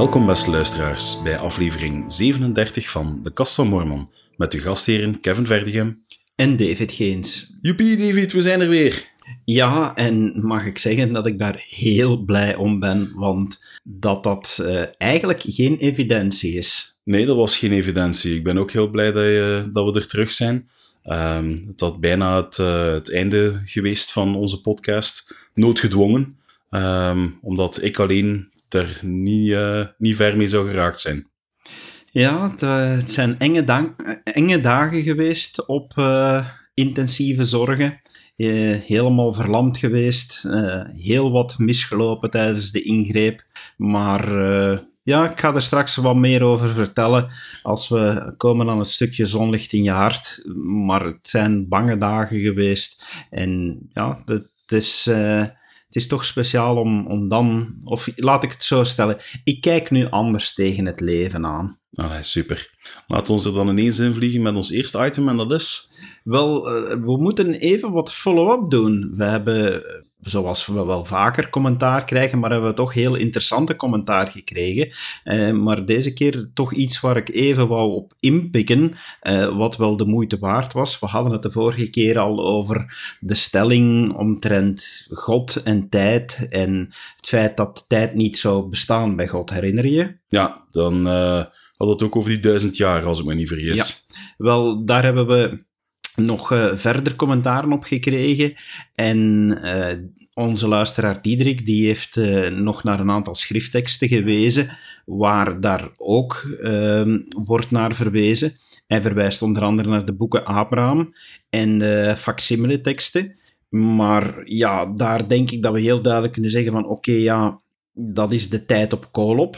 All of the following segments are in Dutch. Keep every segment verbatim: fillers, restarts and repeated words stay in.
Welkom beste luisteraars bij aflevering zevenendertig van De Kast van Mormon met uw gastheren Kevin Verdegem en David Geens. Joepie David, we zijn er weer! Ja, en mag ik zeggen dat ik daar heel blij om ben, want dat dat uh, eigenlijk geen evidentie is. Nee, dat was geen evidentie. Ik ben ook heel blij dat, je, dat we er terug zijn. Um, het had bijna het, uh, het einde geweest van onze podcast. Noodgedwongen, um, omdat ik alleen er niet, uh, niet ver mee zou geraakt zijn. Ja, het, uh, het zijn enge, da- enge dagen geweest op uh, intensieve zorgen. Uh, helemaal verlamd geweest. Uh, heel wat misgelopen tijdens de ingreep. Maar uh, ja, ik ga er straks wat meer over vertellen als we komen aan het stukje zonlicht in je hart. Maar het zijn bange dagen geweest. En ja, het is... Uh, Het is toch speciaal om, om dan... Of laat ik het zo stellen. Ik kijk nu anders tegen het leven aan. Allee, super. Laten we ons er dan ineens invliegen met ons eerste item, en dat is... Wel, uh, we moeten even wat follow-up doen. We hebben, zoals we wel vaker commentaar krijgen, maar hebben we toch heel interessante commentaar gekregen. Uh, maar deze keer toch iets waar ik even wou op inpikken, uh, wat wel de moeite waard was. We hadden het de vorige keer al over de stelling omtrent God en tijd en het feit dat tijd niet zou bestaan bij God, herinner je? Ja, dan uh, had het ook over die duizend jaar, als ik me niet vergis. Ja, wel, daar hebben we nog uh, verder commentaren op gekregen. En uh, onze luisteraar Diederik, die heeft uh, nog naar een aantal schriftteksten gewezen, waar daar ook uh, wordt naar verwezen. Hij verwijst onder andere naar de boeken Abraham en de facsimile teksten. Maar ja, daar denk ik dat we heel duidelijk kunnen zeggen van oké, okay, ja, dat is de tijd op Kolob.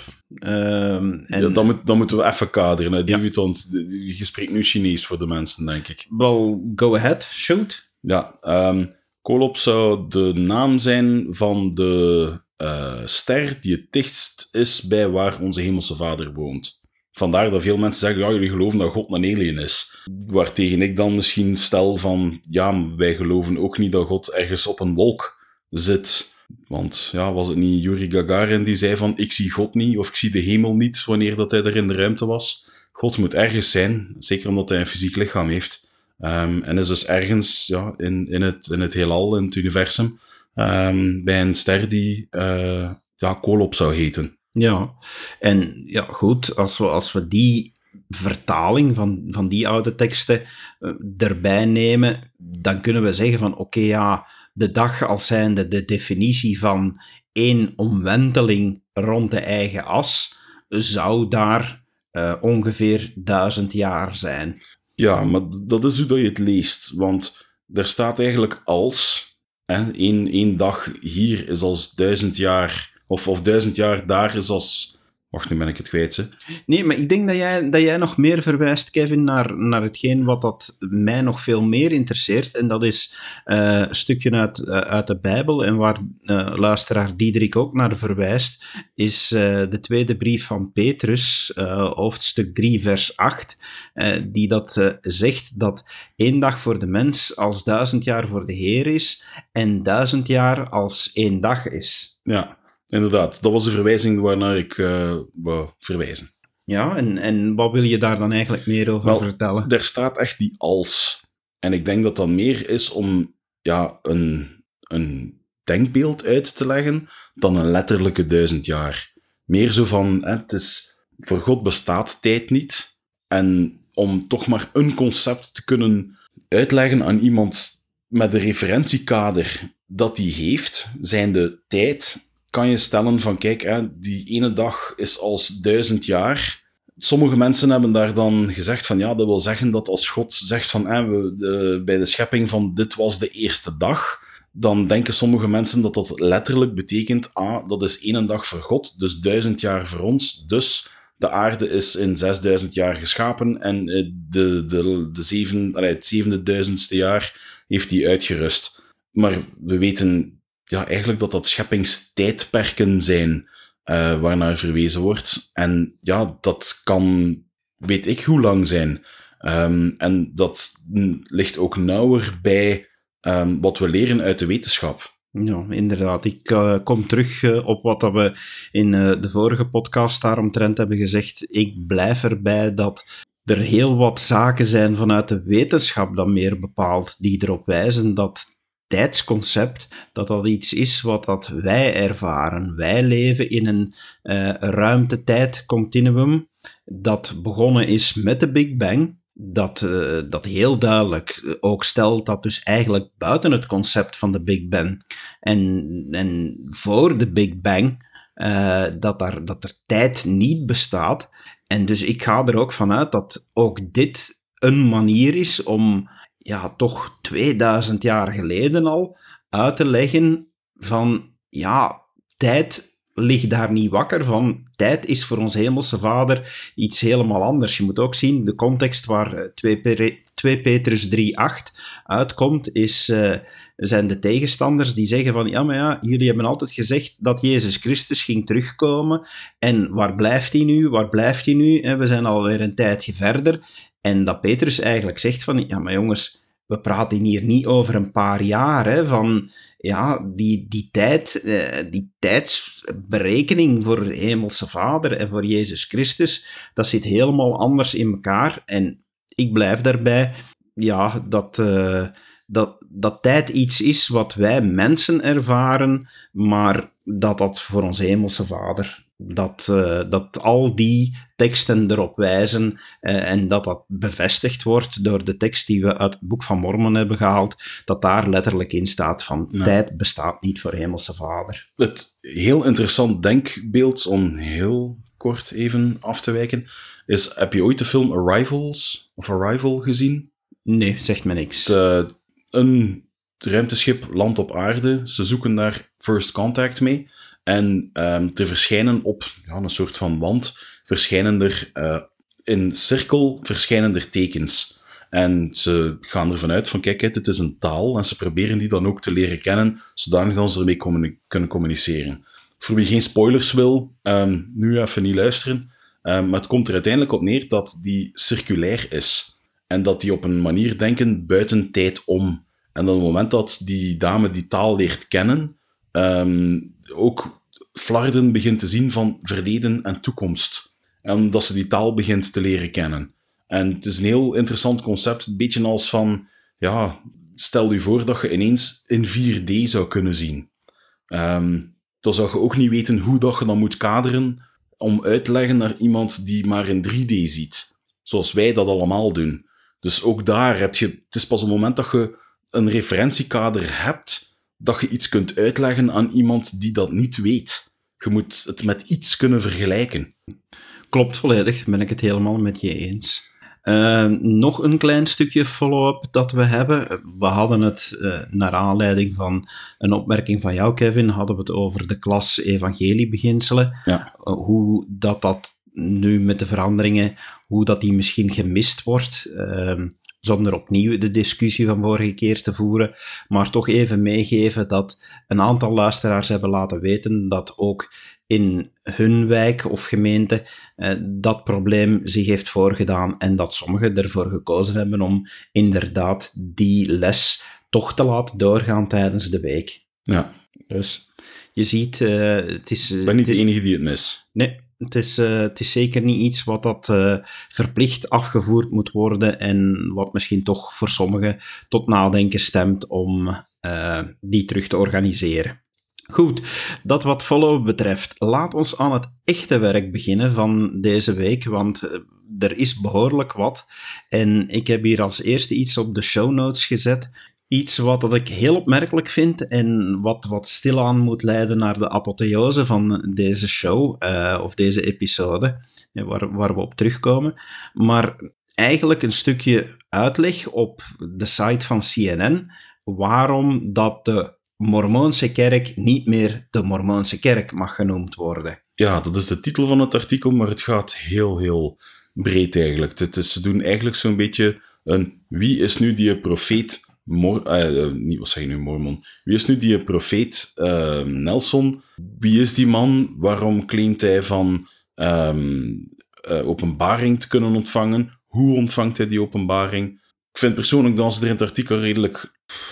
Um, en... ja, dan, moet, dan moeten we even kaderen, hè, David, ja. Want je spreekt nu Chinees voor de mensen, denk ik. Well, go ahead, shoot. Ja, um, Kolob zou de naam zijn van de uh, ster die het dichtst is bij waar onze hemelse vader woont. Vandaar dat veel mensen zeggen, ja, jullie geloven dat God een alien is. Waartegen ik dan misschien stel van, ja, wij geloven ook niet dat God ergens op een wolk zit. Want ja, was het niet Yuri Gagarin die zei van, ik zie God niet, of ik zie de hemel niet, wanneer dat hij er in de ruimte was. God moet ergens zijn, zeker omdat hij een fysiek lichaam heeft. Um, en is dus ergens ja, in, in, het, in het heelal, in het universum, um, bij een ster die uh, ja, Kolob zou heten. Ja, en ja, goed, als we, als we die vertaling van, van die oude teksten uh, erbij nemen, dan kunnen we zeggen van, oké, okay, ja, de dag als zijnde de definitie van één omwenteling rond de eigen as, zou daar uh, ongeveer duizend jaar zijn. Ja, maar dat is hoe dat je het leest, want er staat eigenlijk als, hè, één, één dag hier is als duizend jaar... Of, of duizend jaar daar is als... Wacht, nu ben ik het kwijt, hè. Nee, maar ik denk dat jij, dat jij nog meer verwijst, Kevin, naar, naar hetgeen wat dat mij nog veel meer interesseert. En dat is uh, een stukje uit, uh, uit de Bijbel. En waar uh, luisteraar Diederik ook naar verwijst, is uh, de tweede brief van Petrus, uh, hoofdstuk drie, vers acht, uh, die dat uh, zegt dat één dag voor de mens als duizend jaar voor de Heer is en duizend jaar als één dag is. Ja. Inderdaad, dat was de verwijzing waarnaar ik uh, wou verwijzen. Ja, en, en wat wil je daar dan eigenlijk meer over Wel, vertellen? Er staat echt die als. En ik denk dat dat meer is om ja, een, een denkbeeld uit te leggen dan een letterlijke duizend jaar. Meer zo van, hè, het is, voor God bestaat tijd niet. En om toch maar een concept te kunnen uitleggen aan iemand met een referentiekader dat die heeft, zijn de tijd... kan je stellen van, kijk, hè, die ene dag is als duizend jaar. Sommige mensen hebben daar dan gezegd van, ja, dat wil zeggen dat als God zegt van, hè, we, de, bij de schepping van dit was de eerste dag, dan denken sommige mensen dat dat letterlijk betekent, ah, dat is één dag voor God, dus duizend jaar voor ons, dus de aarde is in zesduizend jaar geschapen en de, de, de zeven, allee, het zevende duizendste jaar heeft die uitgerust. Maar we weten... ja, eigenlijk dat dat scheppingstijdperken zijn uh, waarnaar verwezen wordt. En ja, dat kan, weet ik hoe lang zijn. Um, en dat ligt ook nauwer bij um, wat we leren uit de wetenschap. Ja, inderdaad. Ik uh, kom terug uh, op wat dat we in uh, de vorige podcast daaromtrent hebben gezegd. Ik blijf erbij dat er heel wat zaken zijn vanuit de wetenschap dan meer bepaald, die erop wijzen dat tijdsconcept, dat dat iets is wat dat wij ervaren. Wij leven in een uh, ruimte-tijd-continuum dat begonnen is met de Big Bang, dat, uh, dat heel duidelijk ook stelt dat dus eigenlijk buiten het concept van de Big Bang en, en voor de Big Bang, uh, dat, daar, dat er tijd niet bestaat. En dus ik ga er ook vanuit dat ook dit een manier is om ja, toch tweeduizend jaar geleden al uit te leggen van, ja, tijd ligt daar niet wakker van. Tijd is voor onze hemelse Vader iets helemaal anders. Je moet ook zien, de context waar twee Petrus drie acht uitkomt, is, uh, zijn de tegenstanders die zeggen van, ja, maar ja, jullie hebben altijd gezegd dat Jezus Christus ging terugkomen. En waar blijft hij nu? Waar blijft hij nu? En we zijn alweer een tijdje verder. En dat Petrus eigenlijk zegt van, ja, maar jongens, we praten hier niet over een paar jaar, hè, van, ja, die, die tijd, eh, die tijdsberekening voor de Hemelse Vader en voor Jezus Christus, dat zit helemaal anders in elkaar. En ik blijf daarbij, ja, dat, uh, dat, dat tijd iets is wat wij mensen ervaren, maar dat dat voor onze Hemelse Vader, dat, uh, dat al die teksten erop wijzen uh, en dat dat bevestigd wordt door de tekst die we uit het Boek van Mormon hebben gehaald, dat daar letterlijk in staat van ja. Tijd bestaat niet voor Hemelse Vader. Het heel interessant denkbeeld, om heel kort even af te wijken, is, heb je ooit de film Arrivals of Arrival gezien? Nee, zegt me niks. De, een ruimteschip landt op aarde, ze zoeken daar first contact mee. En um, er verschijnen op ja, een soort van wand, verschijnen er uh, in cirkel verschijnen er tekens. En ze gaan ervan uit van, kijk, dit is een taal, en ze proberen die dan ook te leren kennen, zodanig dat ze ermee communi- kunnen communiceren. Voor wie geen spoilers wil, um, nu even niet luisteren, um, maar het komt er uiteindelijk op neer dat die circulair is. En dat die op een manier denken buiten tijd om. En op het moment dat die dame die taal leert kennen, Um, ook flarden begint te zien van verleden en toekomst. En dat ze die taal begint te leren kennen. En het is een heel interessant concept. Een beetje als van, ja, stel je voor dat je ineens in vier D zou kunnen zien. Um, dan zou je ook niet weten hoe dat je dan moet kaderen om uit te leggen naar iemand die maar in drie D ziet. Zoals wij dat allemaal doen. Dus ook daar heb je... Het is pas op het moment dat je een referentiekader hebt, dat je iets kunt uitleggen aan iemand die dat niet weet. Je moet het met iets kunnen vergelijken. Klopt volledig, ben ik het helemaal met je eens. Uh, nog een klein stukje follow-up dat we hebben. We hadden het, uh, naar aanleiding van een opmerking van jou, Kevin, hadden we het over de klas evangeliebeginselen. Ja. Uh, hoe dat dat nu met de veranderingen, hoe dat die misschien gemist wordt. Uh, zonder opnieuw de discussie van vorige keer te voeren, maar toch even meegeven dat een aantal luisteraars hebben laten weten dat ook in hun wijk of gemeente eh, dat probleem zich heeft voorgedaan en dat sommigen ervoor gekozen hebben om inderdaad die les toch te laten doorgaan tijdens de week. Ja. Dus je ziet, uh, het is... Ik ben niet het is, de enige die het mis. Nee. Het is, uh, het is zeker niet iets wat dat uh, verplicht afgevoerd moet worden en wat misschien toch voor sommigen tot nadenken stemt om uh, die terug te organiseren. Goed, dat wat follow betreft. Laat ons aan het echte werk beginnen van deze week, want uh, er is behoorlijk wat. En ik heb hier als eerste iets op de show notes gezet. Iets wat dat ik heel opmerkelijk vind en wat, wat stilaan moet leiden naar de apotheose van deze show, uh, of deze episode, waar, waar we op terugkomen. Maar eigenlijk een stukje uitleg op de site van C N N, waarom dat de Mormoonse kerk niet meer de Mormoonse kerk mag genoemd worden. Ja, dat is de titel van het artikel, maar het gaat heel, heel breed eigenlijk. Het is, ze doen eigenlijk zo'n beetje een wie is nu die profeet... Mor- uh, niet, wat zeg je nu, Mormon? Wie is nu die profeet uh, Nelson? Wie is die man? Waarom claimt hij van um, uh, openbaring te kunnen ontvangen? Hoe ontvangt hij die openbaring? Ik vind persoonlijk dat ze er in het artikel redelijk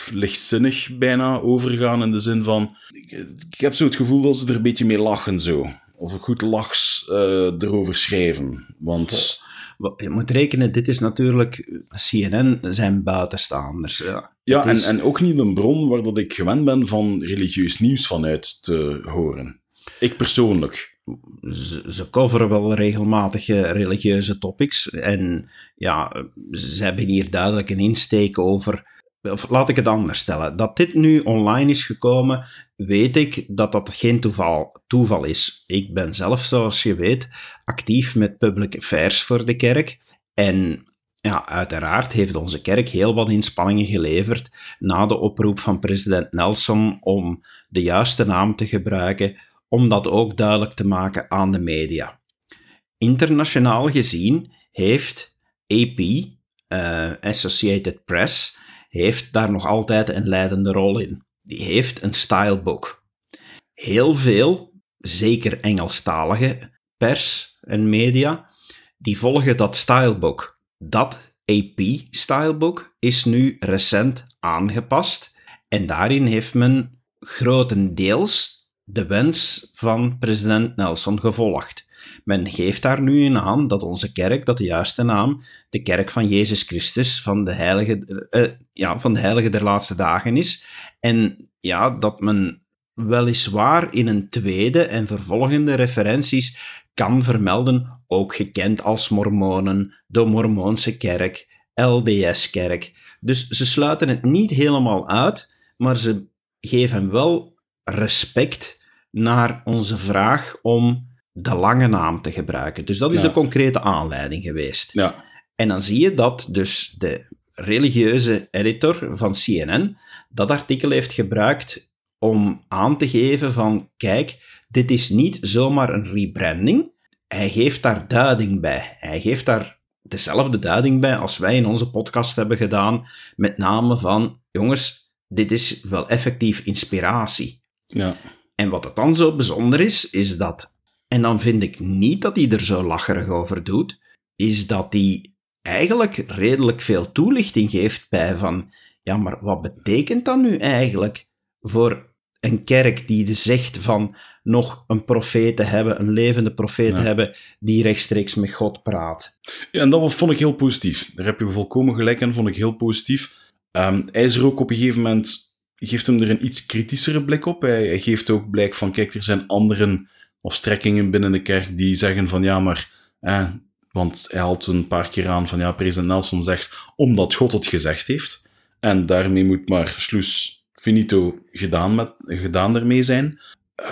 lichtzinnig bijna overgaan in de zin van... Ik, ik heb zo het gevoel dat ze er een beetje mee lachen, zo. Of een goed lachs uh, erover schrijven. Want... Je moet rekenen, dit is natuurlijk... C N N zijn buitenstaanders. Ja, ja en, is... en ook niet een bron waar dat ik gewend ben van religieus nieuws vanuit te horen. Ik persoonlijk. Ze, ze coveren wel regelmatig religieuze topics. En ja, ze hebben hier duidelijk een insteek over... Of laat ik het anders stellen. Dat dit nu online is gekomen, weet ik dat dat geen toeval, toeval is. Ik ben zelf, zoals je weet, actief met public affairs voor de kerk. En ja, uiteraard heeft onze kerk heel wat inspanningen geleverd na de oproep van president Nelson om de juiste naam te gebruiken, om dat ook duidelijk te maken aan de media. Internationaal gezien heeft A P, uh, Associated Press... heeft daar nog altijd een leidende rol in. Die heeft een stylebook. Heel veel, zeker Engelstalige pers en media, die volgen dat stylebook. Dat A P-stylebook is nu recent aangepast en daarin heeft men grotendeels de wens van president Nelson gevolgd. Men geeft daar nu in aan dat onze kerk, dat de juiste naam, de kerk van Jezus Christus, van de heilige, uh, ja, van de heilige der laatste dagen is. En ja, dat men weliswaar in een tweede en vervolgende referenties kan vermelden, ook gekend als Mormonen, de Mormoonse kerk, L D S-kerk. Dus ze sluiten het niet helemaal uit, maar ze geven wel respect naar onze vraag om de lange naam te gebruiken. Dus dat is ja. de concrete aanleiding geweest. Ja. En dan zie je dat dus de religieuze editor van C N N dat artikel heeft gebruikt om aan te geven van, kijk, dit is niet zomaar een rebranding. Hij geeft daar duiding bij. Hij geeft daar dezelfde duiding bij als wij in onze podcast hebben gedaan, met name van, jongens, dit is wel effectief inspiratie. Ja. En wat het dan zo bijzonder is, is dat, en dan vind ik niet dat hij er zo lacherig over doet, is dat hij eigenlijk redelijk veel toelichting geeft bij van, ja, maar wat betekent dat nu eigenlijk voor een kerk die dus zegt van nog een profeet te hebben, een levende profeet te ja. hebben, die rechtstreeks met God praat? Ja, en dat vond ik heel positief. Daar heb je volkomen gelijk in, vond ik heel positief. Um, hij is er ook op een gegeven moment, geeft hem er een iets kritischere blik op. Hij, hij geeft ook blijk van, kijk, er zijn anderen of strekkingen binnen de kerk die zeggen van, ja, maar... Eh, want hij haalt een paar keer aan van, ja, president Nelson zegt, omdat God het gezegd heeft. En daarmee moet maar sluis finito gedaan, met, gedaan ermee zijn. Uh,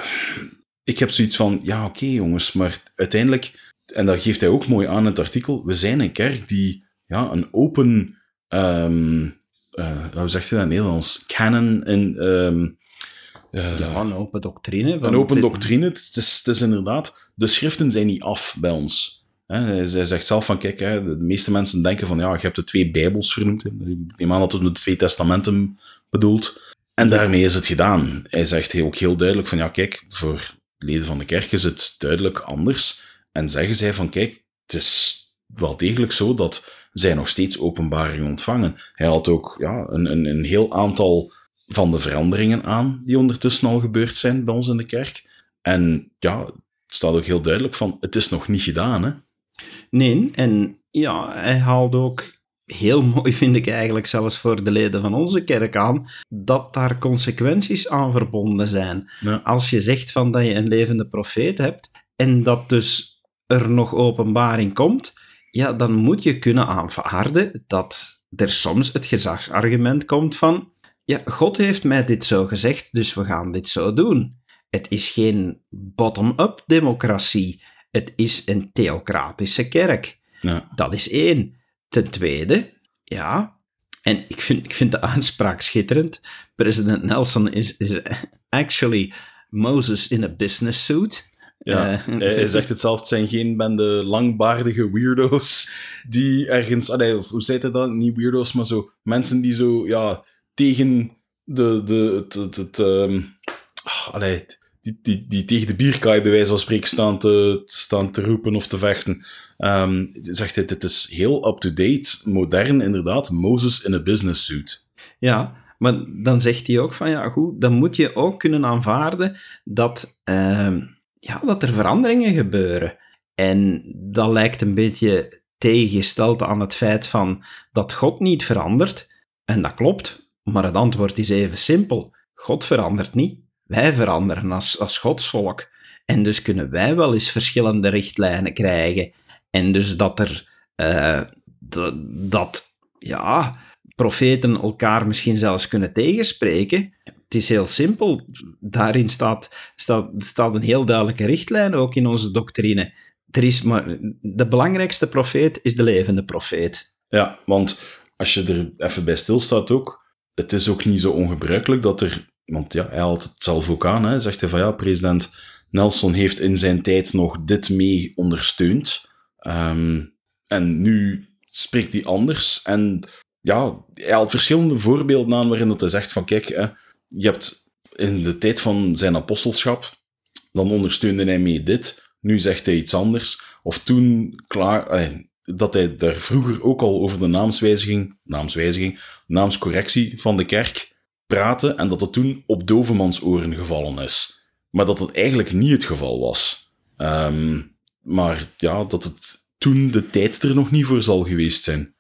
ik heb zoiets van, ja, oké, okay, jongens, maar uiteindelijk, en dat geeft hij ook mooi aan in het artikel, we zijn een kerk die, ja, een open, um, uh, hoe zeg je dat in Nederlands? Canon in... Um, uh, ja, een open doctrine. Van een open dit... doctrine. Het is, het is inderdaad, de schriften zijn niet af bij ons. He, hij zegt zelf van, kijk, he, de meeste mensen denken van, ja, je hebt de twee Bijbels vernoemd. He. Ik neem aan dat het de twee testamenten bedoelt. En daarmee is het gedaan. Hij zegt ook heel duidelijk van, ja, kijk, voor leden van de kerk is het duidelijk anders. En zeggen zij van, kijk, het is wel degelijk zo dat zij nog steeds openbaring ontvangen. Hij had ook ja, een, een, een heel aantal van de veranderingen aan die ondertussen al gebeurd zijn bij ons in de kerk. En ja, het staat ook heel duidelijk van, het is nog niet gedaan, hè. Nee, en ja, hij haalt ook heel mooi, vind ik eigenlijk zelfs voor de leden van onze kerk aan, dat daar consequenties aan verbonden zijn. Ja. Als je zegt van dat je een levende profeet hebt en dat dus er nog openbaring komt, ja, dan moet je kunnen aanvaarden dat er soms het gezagsargument komt van, ja, God heeft mij dit zo gezegd, dus we gaan dit zo doen. Het is geen bottom-up democratie. Het is een theocratische kerk. Ja. Dat is één. Ten tweede, ja, en ik vind, ik vind de aanspraak schitterend. President Nelson is, is actually Moses in a business suit. Ja, uh, hij, hij zegt het zelf, het zijn geen bende langbaardige weirdo's die ergens... Allee, of hoe zei hij dat? Niet weirdo's, maar zo mensen die zo, ja, tegen de... de het, het, het, um, allee, Die, die, die tegen de bierkaai bij wijze van spreken staan te, staan te roepen of te vechten. Um, zegt hij, dit is heel up-to-date, modern inderdaad, Moses in a business suit. Ja, Maar dan zegt hij ook van, ja goed, dan moet je ook kunnen aanvaarden dat, uh, ja, dat er veranderingen gebeuren. En dat lijkt een beetje tegengesteld aan het feit van dat God niet verandert. En dat klopt, maar het antwoord is even simpel. God verandert niet. Wij veranderen als, als godsvolk. En dus kunnen wij wel eens verschillende richtlijnen krijgen. En dus dat er... Uh, dat, dat, ja... profeten elkaar misschien zelfs kunnen tegenspreken. Het is heel simpel. Daarin staat, staat, staat een heel duidelijke richtlijn ook in onze doctrine. Er is maar, de belangrijkste profeet is de levende profeet. Ja, want als je er even bij stilstaat ook, het is ook niet zo ongebruikelijk dat er... Want ja, hij haalt het zelf ook aan, hè, zegt hij van ja, president Nelson heeft in zijn tijd nog dit mee ondersteund. Um, en nu spreekt hij anders. En ja, hij haalt verschillende voorbeelden aan waarin dat hij zegt van kijk, hè, je hebt in de tijd van zijn apostelschap, dan ondersteunde hij mee dit, nu zegt hij iets anders. Of toen, klaar, eh, dat hij daar vroeger ook al over de naamswijziging, naamswijziging, naamscorrectie van de kerk praatte en dat het toen op dovemans oren gevallen is. Maar dat het eigenlijk niet het geval was. Um, maar ja, dat het toen de tijd er nog niet voor zal geweest zijn.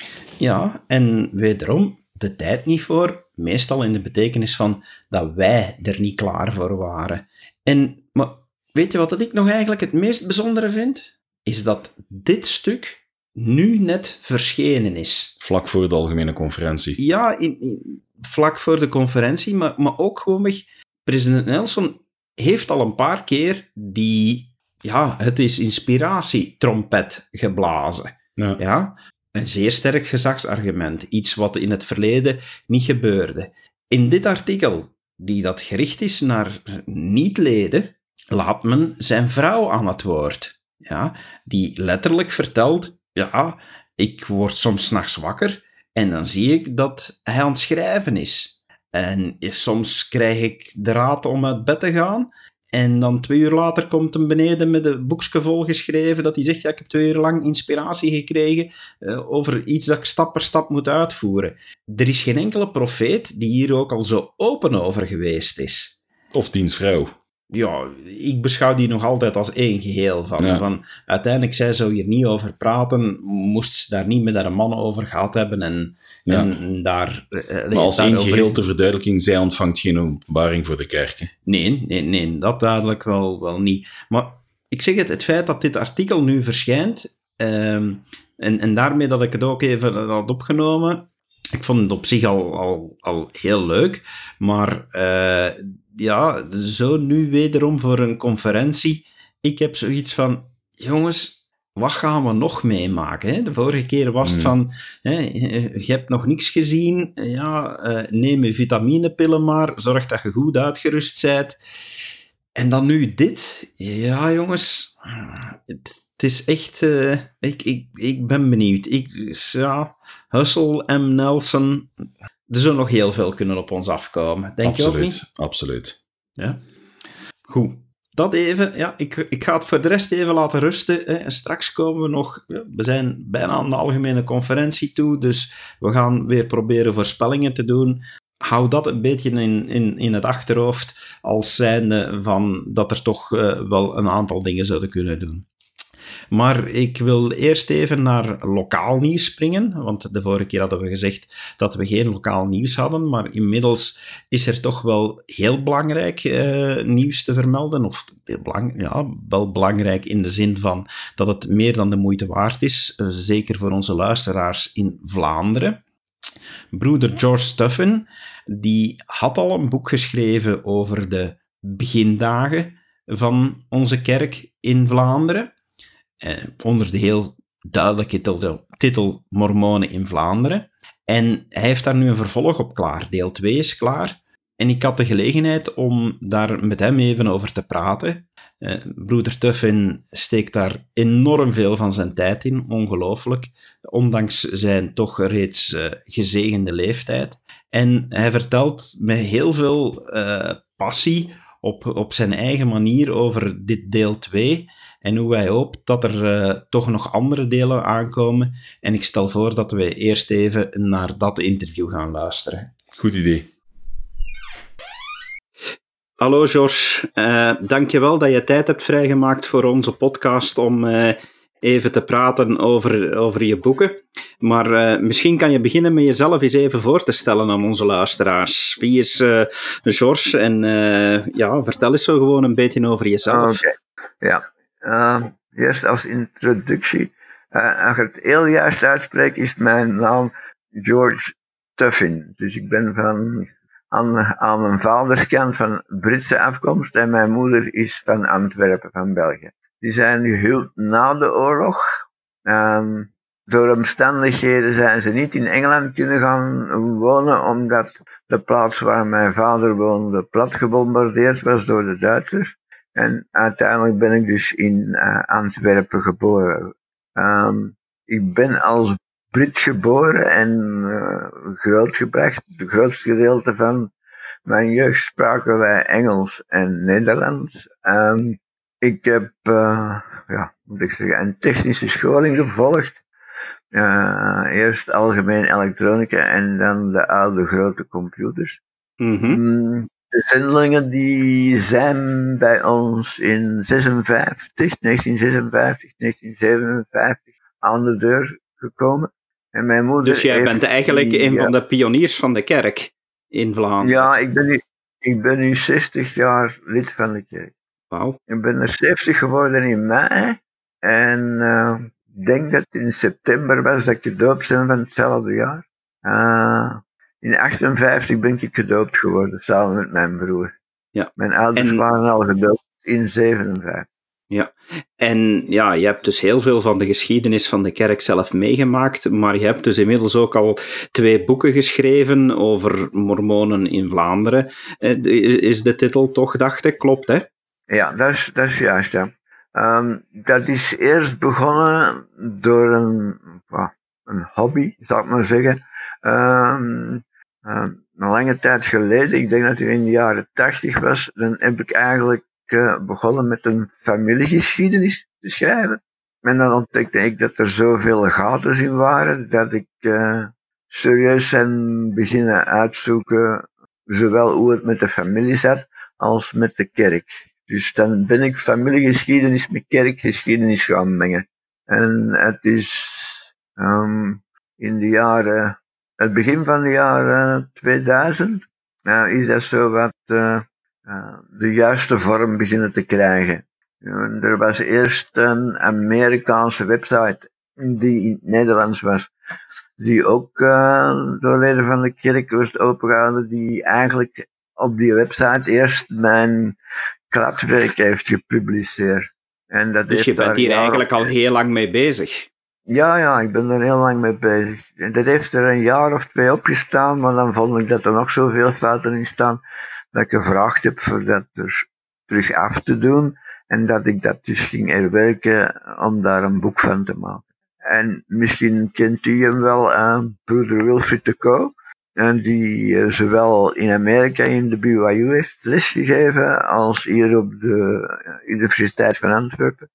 Ja, en wederom, de tijd niet voor, meestal in de betekenis van dat wij er niet klaar voor waren. En, maar weet je wat dat ik nog eigenlijk het meest bijzondere vind? Is dat dit stuk nu net verschenen is. Vlak voor de algemene conferentie. Ja, in, in, vlak voor de conferentie, maar, maar ook gewoon president Nelson heeft al een paar keer die, ja, het is inspiratietrompet geblazen. Ja. Ja. Een zeer sterk gezagsargument. Iets wat in het verleden niet gebeurde. In dit artikel, die dat gericht is naar niet-leden, laat men zijn vrouw aan het woord. Ja, die letterlijk vertelt, ja, ik word soms 's nachts wakker en dan zie ik dat hij aan het schrijven is. En soms krijg ik de raad om uit bed te gaan. En dan twee uur later komt hem beneden met een boekje volgeschreven dat hij zegt, ja, ik heb twee uur lang inspiratie gekregen uh, over iets dat ik stap per stap moet uitvoeren. Er is geen enkele profeet die hier ook al zo open over geweest is. Of diens vrouw. Ja, ik beschouw die nog altijd als één geheel. Van, Ja. van, uiteindelijk, zij zou hier niet over praten, moest ze daar niet met haar man over gehad hebben. En, Ja. en daar... Uh, Maar als één daarover- geheel ter verduidelijking, zij ontvangt geen openbaring voor de kerk. Hè. Nee, nee, nee, dat duidelijk wel, wel niet. Maar ik zeg het, het feit dat dit artikel nu verschijnt, ehm, en, en daarmee dat ik het ook even had opgenomen, ik vond het op zich al, al, al heel leuk, maar uh, ja, zo nu wederom voor een conferentie, ik heb zoiets van, jongens, wat gaan we nog meemaken? Hè? De vorige keer was het Hmm. van, hè, je hebt nog niks gezien, ja, uh, neem je vitaminepillen maar, zorg dat je goed uitgerust bent. En dan nu dit. Ja, jongens, het, het is echt... Uh, ik, ik, ik ben benieuwd. Ik, ja, Hustle, M. Nelson, er zou nog heel veel kunnen op ons afkomen. Denk absoluut, je ook niet? absoluut. Ja. Goed. Dat even, ja, ik, ik ga het voor de rest even laten rusten. Hè. Straks komen we nog, ja, we zijn bijna aan de algemene conferentie toe, dus we gaan weer proberen voorspellingen te doen. Hou dat een beetje in, in, in het achterhoofd, als zijnde van dat er toch uh, wel een aantal dingen zouden kunnen doen. Maar ik wil eerst even naar lokaal nieuws springen, want de vorige keer hadden we gezegd dat we geen lokaal nieuws hadden, maar inmiddels is er toch wel heel belangrijk uh, nieuws te vermelden, of heel belang, ja, wel belangrijk in de zin van dat het meer dan de moeite waard is, uh, zeker voor onze luisteraars in Vlaanderen. Broeder George Stuffen, die had al een boek geschreven over de begindagen van onze kerk in Vlaanderen. Eh, onder de heel duidelijke titel, titel Mormonen in Vlaanderen. En hij heeft daar nu een vervolg op klaar. Deel twee is klaar. En ik had de gelegenheid om daar met hem even over te praten. Eh, broeder Tuffin steekt daar enorm veel van zijn tijd in, ongelooflijk. Ondanks zijn toch reeds uh, gezegende leeftijd. En hij vertelt met heel veel uh, passie op, op zijn eigen manier over dit deel twee. En hoe hij hoopt dat er uh, toch nog andere delen aankomen. En ik stel voor dat we eerst even naar dat interview gaan luisteren. Goed idee. Hallo George, uh, dankjewel dat je tijd hebt vrijgemaakt voor onze podcast om uh, even te praten over, over je boeken. Maar uh, misschien kan je beginnen met jezelf eens even voor te stellen aan onze luisteraars. Wie is uh, George en uh, ja, vertel eens zo gewoon een beetje over jezelf. Oké, okay. ja. Uh, eerst als introductie. Uh, als ik het heel juist uitspreek, is mijn naam George Tuffin. Dus ik ben van... Aan, aan mijn vaderskant van Britse afkomst en mijn moeder is van Antwerpen, van België. Die zijn gehuwd na de oorlog. En door omstandigheden zijn ze niet in Engeland kunnen gaan wonen, omdat de plaats waar mijn vader woonde plat gebombardeerd was door de Duitsers. En uiteindelijk ben ik dus in uh, Antwerpen geboren. Um, ik ben als Brit geboren en uh, grootgebracht. Het grootste gedeelte van mijn jeugd spraken wij Engels en Nederlands. Um, ik heb, uh, ja, moet ik zeggen, een technische scholing gevolgd. Uh, eerst algemeen elektronica en dan de oude grote computers. Mm-hmm. De zendelingen die zijn bij ons in zesenvijftig, negentien zesenvijftig, negentien zevenenvijftig aan de deur gekomen. En mijn moeder dus jij bent eigenlijk die, een ja, van de pioniers van de kerk in Vlaanderen? Ja, ik ben nu, ik ben nu zestig jaar lid van de kerk. Wauw. Ik ben er zeventig geworden in mei. En uh, ik denk dat het in september was dat ik gedoopt ben van hetzelfde jaar. Uh, in achtenvijftig ben ik gedoopt geworden, samen met mijn broer. Ja. Mijn ouders en... waren al gedoopt in zevenenvijftig. Ja, en ja, je hebt dus heel veel van de geschiedenis van de kerk zelf meegemaakt, maar je hebt dus inmiddels ook al twee boeken geschreven over mormonen in Vlaanderen. Is de titel toch, dacht ik, klopt, hè? Ja, dat is, dat is juist, ja. Um, dat is eerst begonnen door een, een hobby, zou ik maar zeggen. Um, um, een lange tijd geleden, ik denk dat het in de jaren tachtig was, dan heb ik eigenlijk uh, begonnen met een familiegeschiedenis te schrijven. En dan ontdekte ik dat er zoveel gaten in waren, dat ik uh, serieus ben beginnen uitzoeken, zowel hoe het met de familie zat, als met de kerk. Dus dan ben ik familiegeschiedenis met kerkgeschiedenis gaan mengen. En het is um, in de jaren, het begin van de jaren tweeduizend, uh, is dat zo wat uh, uh, de juiste vorm beginnen te krijgen. Uh, er was eerst een Amerikaanse website die in het Nederlands was, die ook uh, door leden van de kerk werd opengehouden, die eigenlijk op die website eerst mijn kladwerk heeft gepubliceerd. En dat dus je bent hier eigenlijk al heel lang mee bezig? Ja, ja, ik ben er heel lang mee bezig. En dat heeft er een jaar of twee op gestaan, maar dan vond ik dat er nog zoveel fouten in staan, dat ik gevraagd heb voor dat er terug af te doen. En dat ik dat dus ging herwerken om daar een boek van te maken. En misschien kent u hem wel, uh, broeder Wilfried de Coo. En die uh, zowel in Amerika in de B Y U heeft lesgegeven, als hier op de uh, Universiteit van Antwerpen.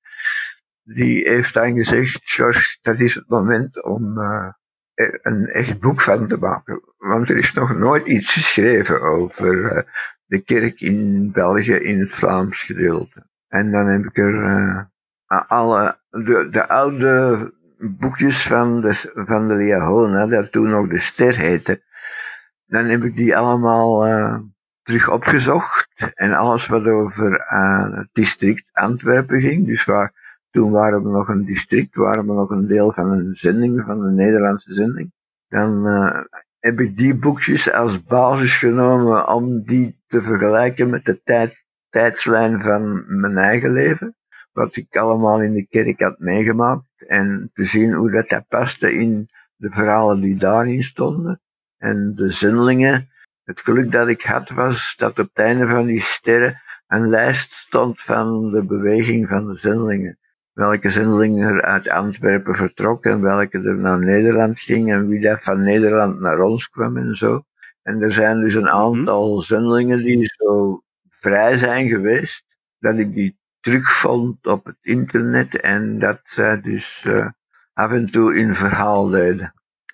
Die heeft dan gezegd, George, dat is het moment om uh, een echt boek van te maken. Want er is nog nooit iets geschreven over uh, de kerk in België in het Vlaams gedeelte. En dan heb ik er uh, alle, de, de oude boekjes van de, van de Liahona, dat toen nog de Ster heette. Dan heb ik die allemaal uh, terug opgezocht. En alles wat over uh, het district Antwerpen ging. Dus waar, toen waren we nog een district, waren we nog een deel van een zending, van een Nederlandse zending. Dan uh, heb ik die boekjes als basis genomen om die te vergelijken met de tijd, tijdslijn van mijn eigen leven. Wat ik allemaal in de kerk had meegemaakt. En te zien hoe dat, dat paste in de verhalen die daarin stonden. En de zendelingen, het geluk dat ik had was dat op het einde van die sterren een lijst stond van de beweging van de zendelingen. Welke zendeling er uit Antwerpen vertrok en welke er naar Nederland ging en wie dat van Nederland naar ons kwam en zo. En er zijn dus een aantal zendelingen die zo vrij zijn geweest, dat ik die terugvond op het internet en dat zij dus uh, af en toe in verhaal deden.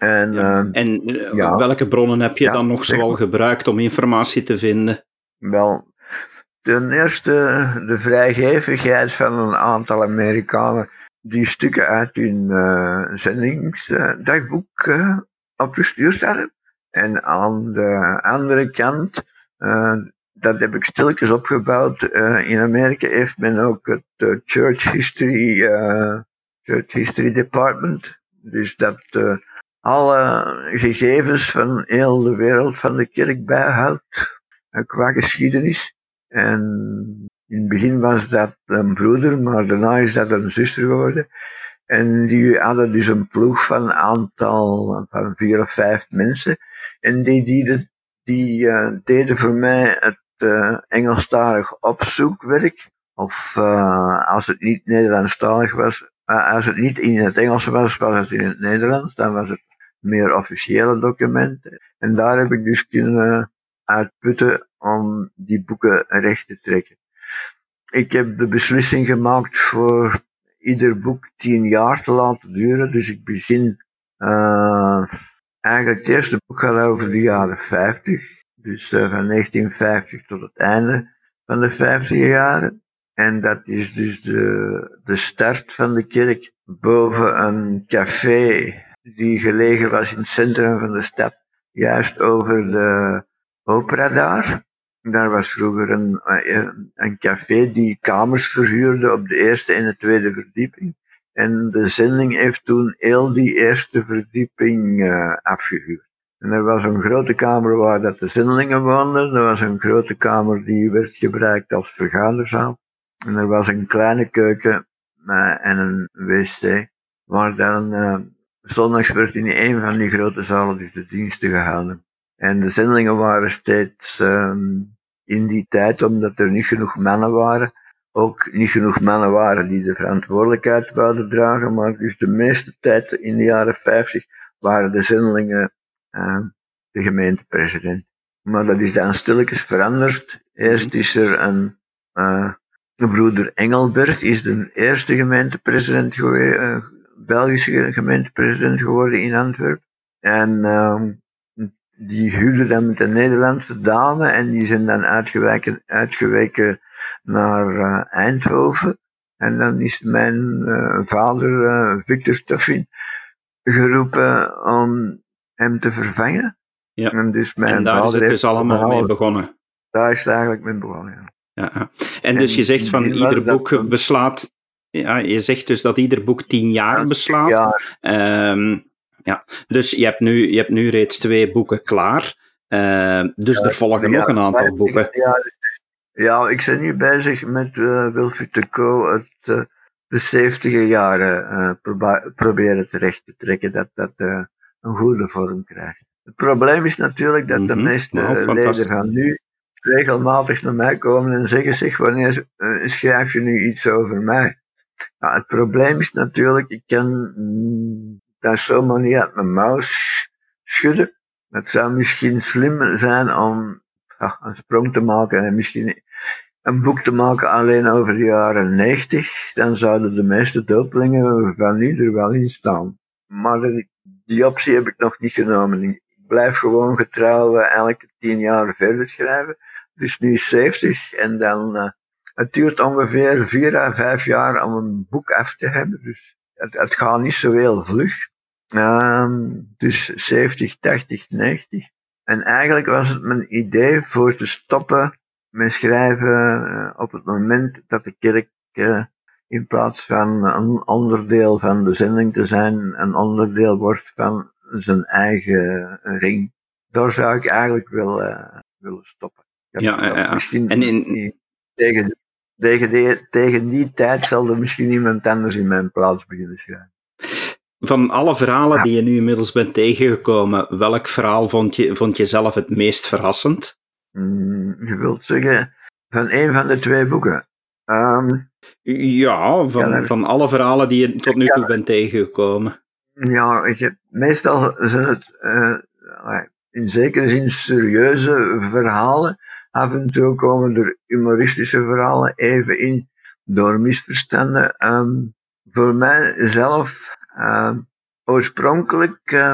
En, Ja. uh, en uh, ja. welke bronnen heb je ja, dan nog zoal gebruikt om informatie te vinden? Wel, ten eerste de vrijgevigheid van een aantal Amerikanen die stukken uit hun uh, zendingsdagboek uh, opgestuurd hadden. En aan de andere kant, uh, dat heb ik stilletjes opgebouwd. Uh, in Amerika heeft men ook het uh, Church History, uh, Church History Department. Dus dat uh, alle gegevens van heel de wereld van de kerk bijhoudt uh, qua geschiedenis. En in het begin was dat een broeder, maar daarna is dat een zuster geworden. En die hadden dus een ploeg van een aantal, van vier of vijf mensen. En die, die, die uh, deden voor mij het uh, Engelstalig opzoekwerk. Of uh, als het niet Nederlandstalig was, uh, als het niet in het Engels was, was het in het Nederlands. Dan was het meer officiële documenten. En daar heb ik dus kunnen uitputten om die boeken recht te trekken. Ik heb de beslissing gemaakt voor ieder boek tien jaar te laten duren. Dus ik begin uh, eigenlijk het eerste boek gaat over de jaren vijftig. Dus uh, van negentien vijftig tot het einde van de vijftig jaren. En dat is dus de, de start van de kerk boven een café die gelegen was in het centrum van de stad. Juist over de opera daar. Daar was vroeger een, een café die kamers verhuurde op de eerste en de tweede verdieping. En de zending heeft toen heel die eerste verdieping uh, afgehuurd. En er was een grote kamer waar dat de zendelingen woonden. Er was een grote kamer die werd gebruikt als vergaderzaal. En er was een kleine keuken uh, en een wc. Waar dan uh, zondags werd in een van die grote zalen dus de diensten gehouden. En de zendelingen waren steeds um, in die tijd, omdat er niet genoeg mannen waren, ook niet genoeg mannen waren die de verantwoordelijkheid wilden dragen, maar dus de meeste tijd in de jaren vijftig waren de zendelingen uh, de gemeentepresident. Maar dat is dan stilletjes veranderd. Eerst is er een, uh, een broeder Engelbert, is de eerste gemeentepresident geweest, uh, Belgische gemeentepresident geworden in Antwerpen. En uh, die huwde dan met een Nederlandse dame en die zijn dan uitgeweken, uitgeweken naar uh, Eindhoven. En dan is mijn uh, vader, uh, Victor Stuffin, geroepen om hem te vervangen. Ja. En, dus mijn en daar vader is het dus allemaal behalve, mee begonnen. Daar is het eigenlijk mee begonnen, ja. Ja. En dus en je zegt van ieder boek dat, beslaat... Ja, je zegt dus dat ieder boek tien jaar beslaat. Ja. Um, Ja, dus je hebt nu, je hebt nu reeds twee boeken klaar. Uh, dus ja, er volgen ja, nog een aantal ja, boeken. Ja, ja, ik ben nu bezig met uh, Wilfried de Co. het uh, de zeventiger jaren uh, proba- proberen terecht te trekken, dat dat uh, een goede vorm krijgt. Het probleem is natuurlijk dat mm-hmm. de meeste nou, leden van nu regelmatig naar mij komen en zeggen zich, wanneer uh, schrijf je nu iets over mij? Ja, het probleem is natuurlijk, ik kan... Mm, dat zomaar niet uit mijn mouw schudden. Het zou misschien slim zijn om ja, een sprong te maken en misschien een boek te maken alleen over de jaren negentig. Dan zouden de meeste dopelingen van nu er wel in staan. Maar die optie heb ik nog niet genomen. Ik blijf gewoon getrouw elke tien jaar verder schrijven. Dus nu zeventig en dan... Uh, het duurt ongeveer vier à vijf jaar om een boek af te hebben. Dus het, het gaat niet zo heel vlug. Um, dus zeventig, tachtig, negentig. En eigenlijk was het mijn idee voor te stoppen met schrijven uh, op het moment dat de kerk uh, in plaats van een onderdeel van de zending te zijn, een onderdeel wordt van zijn eigen ring. Daar zou ik eigenlijk willen, uh, willen stoppen. Ja, ja, ja. Misschien en in... tegen, tegen, die, tegen die tijd zal er misschien iemand anders in mijn plaats beginnen schrijven. Van alle verhalen ja. die je nu inmiddels bent tegengekomen, welk verhaal vond je, vond je zelf het meest verrassend? Mm, je wilt zeggen, van een van de twee boeken. Um, ja, van, ja, van alle verhalen die je tot nu toe ja, bent tegengekomen. Ja, ik heb, meestal zijn het uh, in zekere zin serieuze verhalen. Af en toe komen er humoristische verhalen even in door misverstanden. Um, voor mij zelf... Uh, oorspronkelijk uh,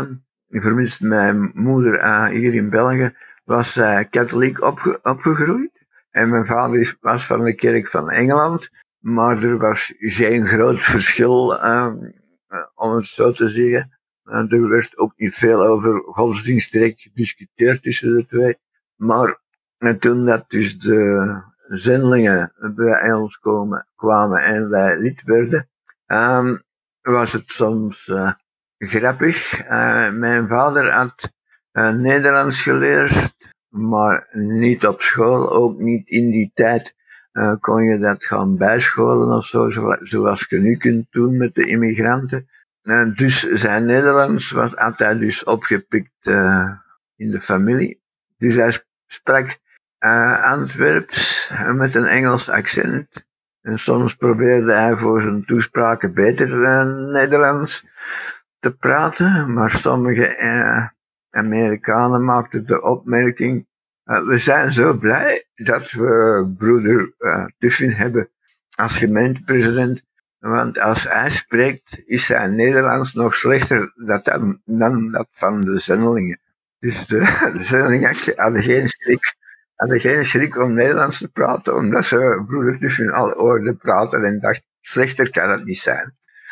vermits mijn moeder uh, hier in België was uh, katholiek opge- opgegroeid. En mijn vader is, was van de kerk van Engeland. Maar er was geen groot verschil, uh, uh, om het zo te zeggen. Uh, er werd ook niet veel over godsdienst direct gediscuteerd tussen de twee. Maar uh, toen dat dus de zendelingen bij ons komen, kwamen en wij lid werden, um, was het soms uh, grappig. Uh, mijn vader had uh, Nederlands geleerd, maar niet op school, ook niet in die tijd. Uh, kon je dat gaan bijscholen of zo, zoals je nu kunt doen met de immigranten. Uh, dus zijn Nederlands was altijd dus opgepikt uh, in de familie. Dus hij sprak uh, Antwerps met een Engels accent. En soms probeerde hij voor zijn toespraken beter uh, Nederlands te praten, maar sommige uh, Amerikanen maakten de opmerking: Uh, we zijn zo blij dat we broeder uh, Tuffin hebben als gemeentepresident, want als hij spreekt is zijn Nederlands nog slechter dan, dan dat van de zendelingen. Dus de, de zendelingen hadden geen schrik, hadden geen schrik om Nederlands te praten, omdat ze broeder Tuffin al hoorden praten en dacht, slechter kan het niet zijn.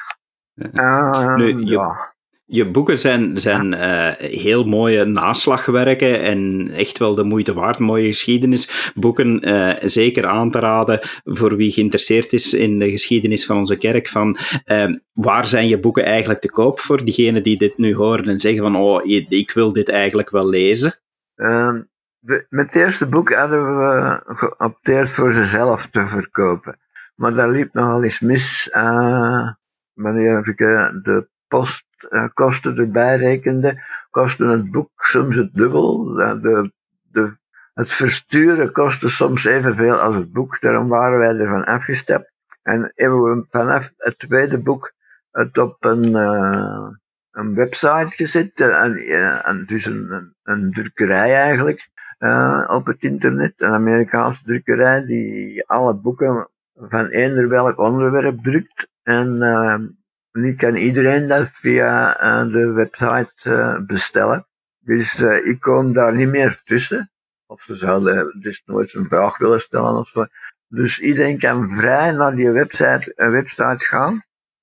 Uh, nu, je... ja. Je boeken zijn, zijn uh, heel mooie naslagwerken en echt wel de moeite waard. Mooie geschiedenisboeken, uh, zeker aan te raden voor wie geïnteresseerd is in de geschiedenis van onze kerk. Van, uh, waar zijn je boeken eigenlijk te koop voor diegenen die dit nu horen en zeggen van, oh, ik wil dit eigenlijk wel lezen? Uh, met het eerste boek hadden we geopteerd voor ze zelf te verkopen. Maar dat liep nogal eens mis. Uh, wanneer ik uh, de postkosten erbij rekende, kostte het boek soms het dubbel. De, de, de, het versturen kostte soms evenveel als het boek, daarom waren wij ervan afgestapt. En hebben we vanaf het tweede boek het op een, uh, een website gezet, een, een, dus een, een, een drukkerij eigenlijk, uh, op het internet, een Amerikaanse drukkerij die alle boeken van eender welk onderwerp drukt. En uh, nu kan iedereen dat via uh, de website uh, bestellen. Dus uh, ik kom daar niet meer tussen. Of ze zouden dus nooit een vraag willen stellen of zo. Dus iedereen kan vrij naar die website, uh, website gaan.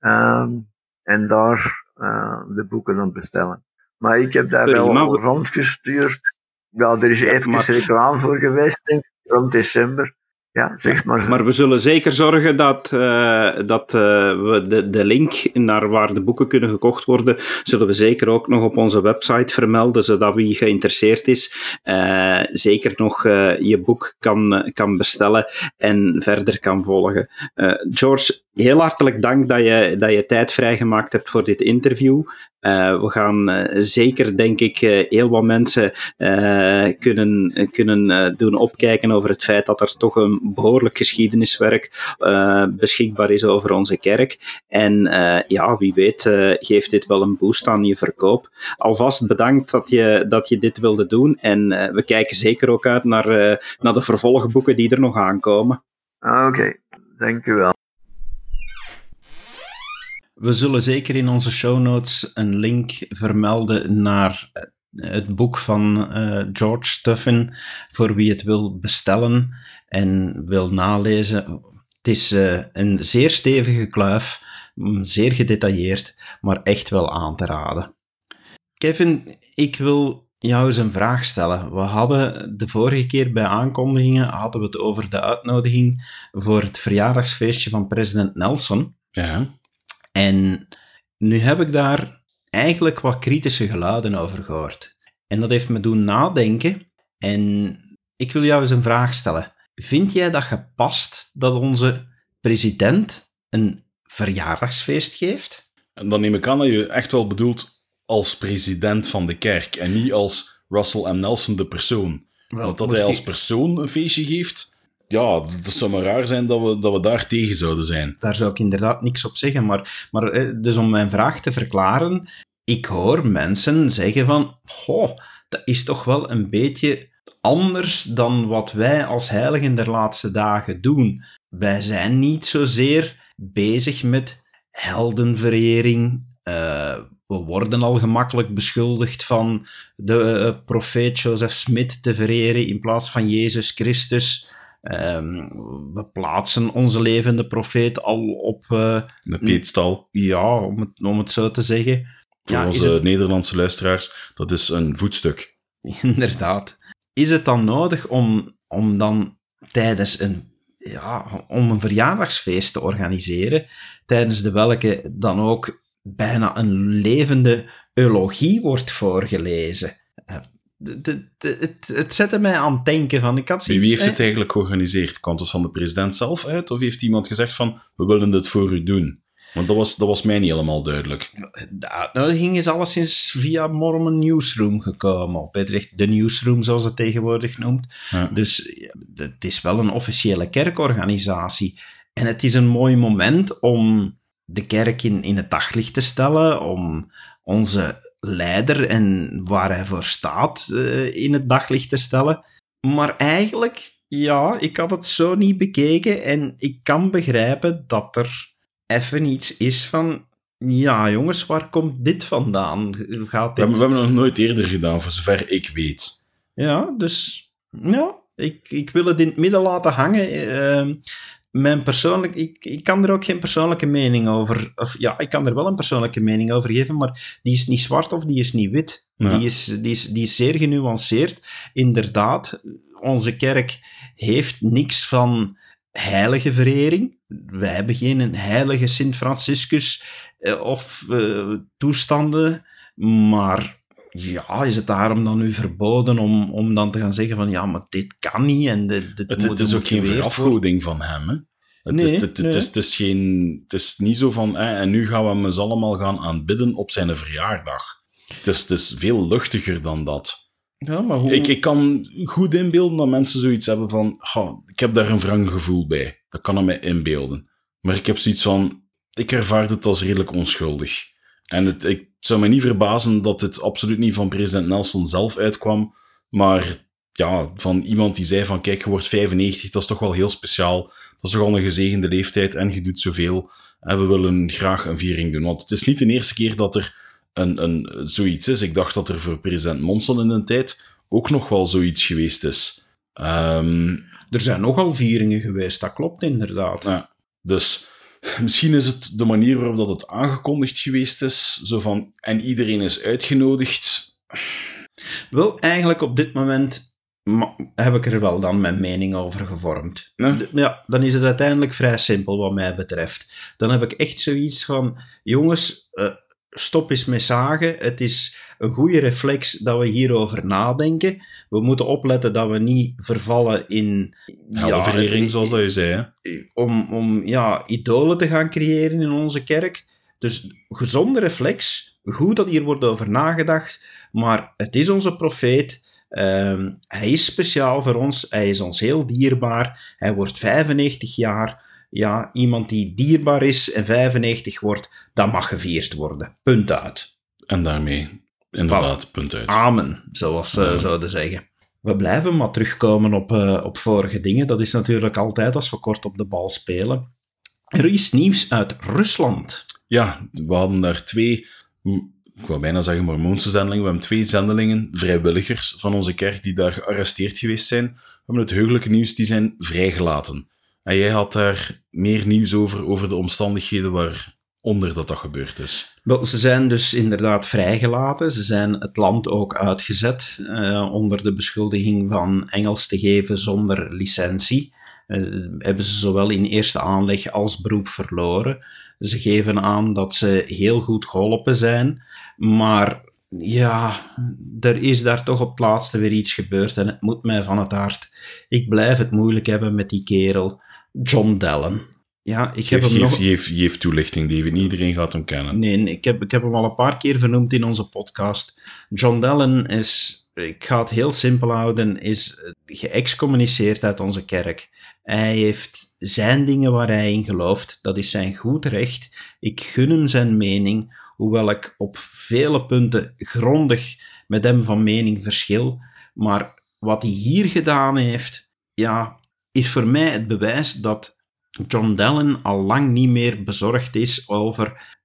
Um, en daar uh, de boeken op bestellen. Maar ik heb daar Sorry, wel maar... rondgestuurd. Ja, er is ja, even maar... reclame voor geweest, denk ik, rond december. Ja, zeg maar. Maar we zullen zeker zorgen dat, uh, dat uh, we de, de link naar waar de boeken kunnen gekocht worden, zullen we zeker ook nog op onze website vermelden, zodat wie geïnteresseerd is, uh, zeker nog uh, je boek kan, kan bestellen en verder kan volgen. Uh, George, heel hartelijk dank dat je, dat je tijd vrijgemaakt hebt voor dit interview. Uh, we gaan uh, zeker, denk ik, uh, heel wat mensen uh, kunnen, kunnen uh, doen opkijken over het feit dat er toch een behoorlijk geschiedeniswerk uh, beschikbaar is over onze kerk. En uh, ja, wie weet uh, geeft dit wel een boost aan je verkoop. Alvast bedankt dat je, dat je dit wilde doen. En uh, we kijken zeker ook uit naar, uh, naar de vervolgboeken die er nog aankomen. Oké, okay, dank u wel. We zullen zeker in onze show notes een link vermelden naar het boek van uh, George Tuffin, voor wie het wil bestellen en wil nalezen. Het is uh, een zeer stevige kluif, zeer gedetailleerd, maar echt wel aan te raden. Kevin, ik wil jou eens een vraag stellen. We hadden de vorige keer bij aankondigingen hadden we het over de uitnodiging voor het verjaardagsfeestje van president Nelson. Ja. En nu heb ik daar eigenlijk wat kritische geluiden over gehoord. En dat heeft me doen nadenken. En ik wil jou eens een vraag stellen. Vind jij dat gepast dat onze president een verjaardagsfeest geeft? En dan neem ik aan dat je echt wel bedoelt als president van de kerk en niet als Russell M. Nelson de persoon. Wel, Want dat hij als persoon een feestje geeft... Ja, dat zou maar raar zijn dat we, dat we daar tegen zouden zijn. Daar zou ik inderdaad niks op zeggen. Maar, maar dus om mijn vraag te verklaren, ik hoor mensen zeggen van, oh, dat is toch wel een beetje anders dan wat wij als heiligen der laatste dagen doen. Wij zijn niet zozeer bezig met heldenverering, uh, we worden al gemakkelijk beschuldigd van de uh, profeet Joseph Smith te vereren in plaats van Jezus Christus. Um, we plaatsen onze levende profeet al op... Uh, de piedestal. Ja, om het, om het zo te zeggen. Voor ja, onze het... Nederlandse luisteraars, dat is een voetstuk. Inderdaad. Is het dan nodig om, om dan tijdens een, ja, om een verjaardagsfeest te organiseren, tijdens de welke dan ook bijna een levende eulogie wordt voorgelezen? De, de, de, het, het zette mij aan het denken van... Ik had zoiets, wie heeft eh, het eigenlijk georganiseerd? Kwam het van de president zelf uit? Of heeft iemand gezegd van, we willen dit voor u doen? Want dat was, dat was mij niet helemaal duidelijk. De uitnodiging is alleszins via Mormon Newsroom gekomen. Of beter gezegd, de Newsroom, zoals het tegenwoordig noemt. Ja. Dus het is wel een officiële kerkorganisatie. En het is een mooi moment om de kerk in, in het daglicht te stellen, om onze leider en waar hij voor staat uh, in het daglicht te stellen. Maar eigenlijk, ja, ik had het zo niet bekeken en ik kan begrijpen dat er even iets is van... Ja, jongens, waar komt dit vandaan? Gaat dit... We, hebben, we hebben het nog nooit eerder gedaan, voor zover ik weet. Ja, dus... Ja, ik, ik wil het in het midden laten hangen. Uh, mijn persoonlijk... Ik, ik kan er ook geen persoonlijke mening over... Of ja, ik kan er wel een persoonlijke mening over geven, maar die is niet zwart of die is niet wit. Ja. Die, is, die, is, die is zeer genuanceerd. Inderdaad, onze kerk heeft niks van heilige verering. Wij hebben geen heilige Sint Franciscus eh, of uh, toestanden, maar ja, is het daarom dan nu verboden om, om dan te gaan zeggen van ja, maar dit kan niet en dit, dit Het, moet, het is ook geen verafgoding van hem, hè? Het, Nee, is, het, het, nee. is, het, is geen, het is niet zo van, eh, en nu gaan we hem eens allemaal gaan aanbidden op zijn verjaardag. Het is, het is veel luchtiger dan dat. Ja, maar hoe... Ik, ik kan goed inbeelden dat mensen zoiets hebben van, oh, ik heb daar een wrang gevoel bij. Dat kan ik mij inbeelden. Maar ik heb zoiets van, ik ervaar het als redelijk onschuldig. En het, ik zou me niet verbazen dat dit absoluut niet van president Nelson zelf uitkwam, maar ja, van iemand die zei van, kijk, je wordt vijfennegentig, dat is toch wel heel speciaal. Dat is toch al een gezegende leeftijd en je doet zoveel. En we willen graag een viering doen. Want het is niet de eerste keer dat er een, een, zoiets is. Ik dacht dat er voor president Monson in een tijd ook nog wel zoiets geweest is. Um, Er zijn nogal vieringen geweest, dat klopt inderdaad. ja, dus misschien is het de manier waarop dat het aangekondigd geweest is, zo van, en iedereen is uitgenodigd. Wel, eigenlijk op dit moment ma- heb ik er wel dan mijn mening over gevormd. Ja. D- Ja, dan is het uiteindelijk vrij simpel wat mij betreft. Dan heb ik echt zoiets van, jongens, uh, stop eens met zagen. Het is een goede reflex dat we hierover nadenken. We moeten opletten dat we niet vervallen in... Helverering, het- zoals dat je zei, hè? om, om ja, idolen te gaan creëren in onze kerk. Dus gezonde reflex, goed dat hier wordt over nagedacht, maar het is onze profeet. Um, hij is speciaal voor ons, hij is ons heel dierbaar. Hij wordt vijfennegentig jaar. Ja, iemand die dierbaar is en vijfennegentig wordt, dat mag gevierd worden. Punt uit. En daarmee, inderdaad, punt uit. Amen, zoals ze Ja. zouden zeggen. We blijven maar terugkomen op, uh, op vorige dingen. Dat is natuurlijk altijd als we kort op de bal spelen. Er is nieuws uit Rusland. Ja, we hadden daar twee, ik wou bijna zeggen Mormoonse zendelingen, we hebben twee zendelingen, vrijwilligers van onze kerk, die daar gearresteerd geweest zijn. We hebben het heugelijke nieuws, die zijn vrijgelaten. En jij had daar meer nieuws over, over de omstandigheden waaronder dat dat gebeurd is. Wel, ze zijn dus inderdaad vrijgelaten. Ze zijn het land ook uitgezet uh, onder de beschuldiging van Engels te geven zonder licentie. Uh, hebben ze zowel in eerste aanleg als beroep verloren. Ze geven aan dat ze heel goed geholpen zijn, maar ja, er is daar toch op het laatste weer iets gebeurd en het moet mij van het hart. Ik blijf het moeilijk hebben met die kerel, John Dellen. Ja, ik heb Geef, hem geef, nog... geef, geef toelichting, David. Niet iedereen gaat hem kennen. Nee, nee, ik heb, ik heb hem al een paar keer vernoemd in onze podcast. John Dellen is, ik ga het heel simpel houden, is geëxcommuniceerd uit onze kerk. Hij heeft zijn dingen waar hij in gelooft. Dat is zijn goed recht. Ik gun hem zijn mening, hoewel ik op vele punten grondig met hem van mening verschil. Maar wat hij hier gedaan heeft, ja, is voor mij het bewijs dat John Dellen al lang niet meer bezorgd is over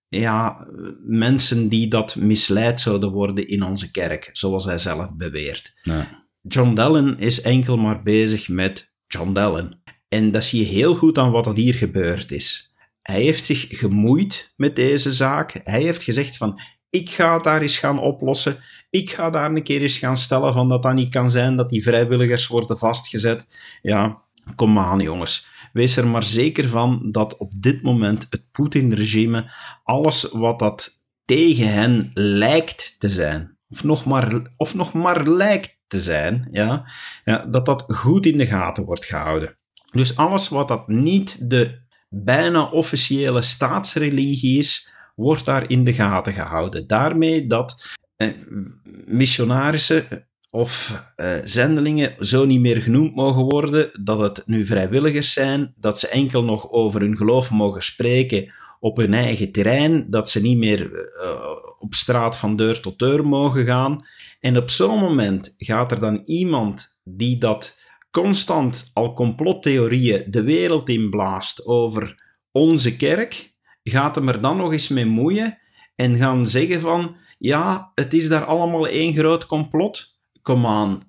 ja, mensen die dat misleid zouden worden in onze kerk, zoals hij zelf beweert. Nee. John Dellen is enkel maar bezig met John Dellen. En dat zie je heel goed aan wat er hier gebeurd is. Hij heeft zich gemoeid met deze zaak. Hij heeft gezegd van, ik ga het daar eens gaan oplossen. Ik ga daar een keer eens gaan stellen van dat dat niet kan zijn, dat die vrijwilligers worden vastgezet. Ja, kom aan jongens. Wees er maar zeker van dat op dit moment het Poetin-regime alles wat dat tegen hen lijkt te zijn, of nog maar, of nog maar lijkt te zijn, ja, ja, dat dat goed in de gaten wordt gehouden. Dus alles wat dat niet de bijna officiële staatsreligie is, wordt daar in de gaten gehouden. Daarmee dat eh, missionarissen of uh, zendelingen zo niet meer genoemd mogen worden, dat het nu vrijwilligers zijn, dat ze enkel nog over hun geloof mogen spreken op hun eigen terrein, dat ze niet meer uh, op straat van deur tot deur mogen gaan. En op zo'n moment gaat er dan iemand die dat constant al complottheorieën de wereld inblaast over onze kerk, gaat hem er dan nog eens mee moeien en gaan zeggen van, ja, het is daar allemaal één groot complot. Kom aan,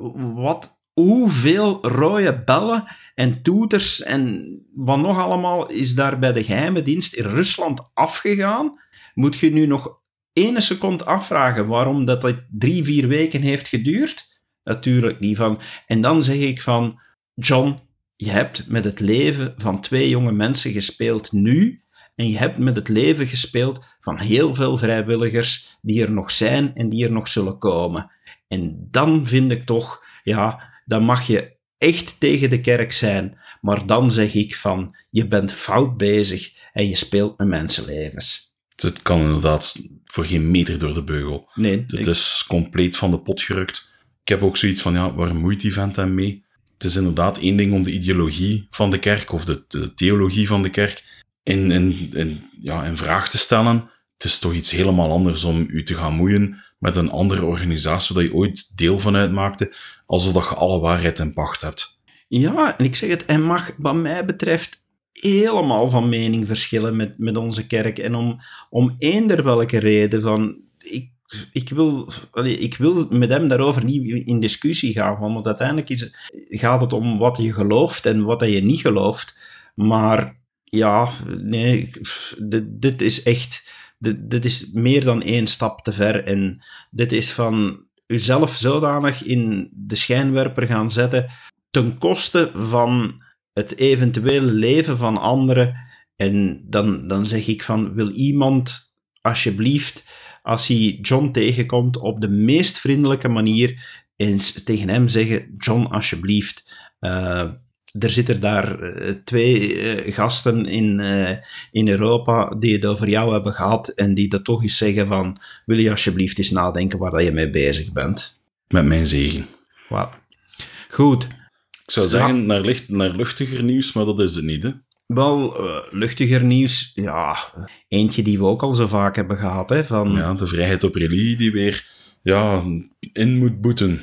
wat, hoeveel rode bellen en toeters en wat nog allemaal is daar bij de geheime dienst in Rusland afgegaan? Moet je nu nog één seconde afvragen waarom dat dit drie, vier weken heeft geduurd? Natuurlijk niet van. En dan zeg ik van, John, je hebt met het leven van twee jonge mensen gespeeld nu en je hebt met het leven gespeeld van heel veel vrijwilligers die er nog zijn en die er nog zullen komen. En dan vind ik toch, ja, dan mag je echt tegen de kerk zijn, maar dan zeg ik van, je bent fout bezig en je speelt met mensenlevens. Het kan inderdaad voor geen meter door de beugel. Nee. Het ik... is compleet van de pot gerukt. Ik heb ook zoiets van, ja, waar moeit die vent hem mee? Het is inderdaad één ding om de ideologie van de kerk, of de, de theologie van de kerk, in, in, in, ja, in vraag te stellen. Het is toch iets helemaal anders om u te gaan moeien met een andere organisatie waar je ooit deel van uitmaakte, alsof dat je alle waarheid in pacht hebt. Ja, en ik zeg het, hij mag wat mij betreft helemaal van mening verschillen met, met onze kerk. En om, om eender welke reden van... Ik, ik, wil, allee, ik wil met hem daarover niet in discussie gaan, want uiteindelijk is, gaat het om wat je gelooft en wat je niet gelooft. Maar ja, nee, dit, dit is echt... Dit, dit is meer dan één stap te ver en dit is van uzelf zodanig in de schijnwerper gaan zetten ten koste van het eventuele leven van anderen. En dan, dan zeg ik van, wil iemand alsjeblieft, als hij John tegenkomt, op de meest vriendelijke manier eens tegen hem zeggen, John, alsjeblieft, uh, er zitten daar uh, twee uh, gasten in, uh, in Europa die het over jou hebben gehad en die dat toch eens zeggen van, wil je alsjeblieft eens nadenken waar dat je mee bezig bent? Met mijn zegen. Wow. Goed. Ik zou zeggen, Ja. naar, licht, naar luchtiger nieuws, maar dat is het niet, hè? Wel, uh, luchtiger nieuws, ja, eentje die we ook al zo vaak hebben gehad, hè, van... Ja, de vrijheid op religie die weer ja, in moet boeten.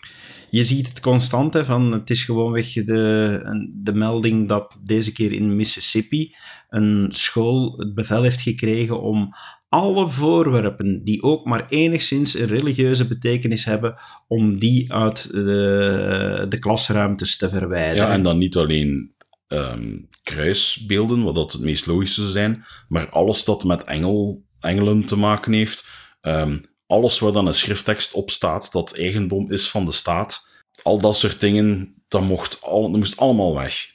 Je ziet het constant, hè, van het is gewoonweg de, de melding dat deze keer in Mississippi een school het bevel heeft gekregen om alle voorwerpen die ook maar enigszins een religieuze betekenis hebben, om die uit de, de klasruimtes te verwijderen. Ja, en dan niet alleen um, kruisbeelden, wat dat het meest logische zou zijn, maar alles dat met engel, engelen te maken heeft, um, alles waar dan een schrifttekst op staat dat eigendom is van de staat, al dat soort dingen, dat, mocht al, dat moest allemaal weg.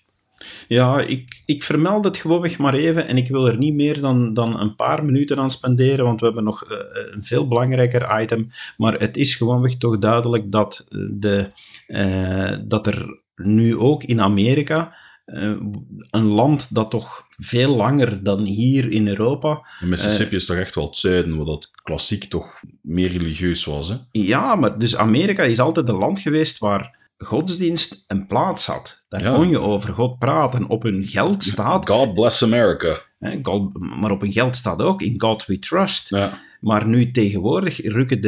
Ja, ik, ik vermeld het gewoonweg maar even en ik wil er niet meer dan, dan een paar minuten aan spenderen, want we hebben nog uh, een veel belangrijker item, maar het is gewoonweg toch duidelijk dat, de, uh, dat er nu ook in Amerika, uh, een land dat toch veel langer dan hier in Europa... In Mississippi uh, is toch echt wel het zuiden, wat dat klassiek toch meer religieus was, hè? Ja, maar dus Amerika is altijd een land geweest waar godsdienst een plaats had. Daar Ja. kon je over God praten. Op hun geld staat... God bless America. Hè, God, maar op hun geld staat ook, in God we trust. Ja. Maar nu tegenwoordig rukken de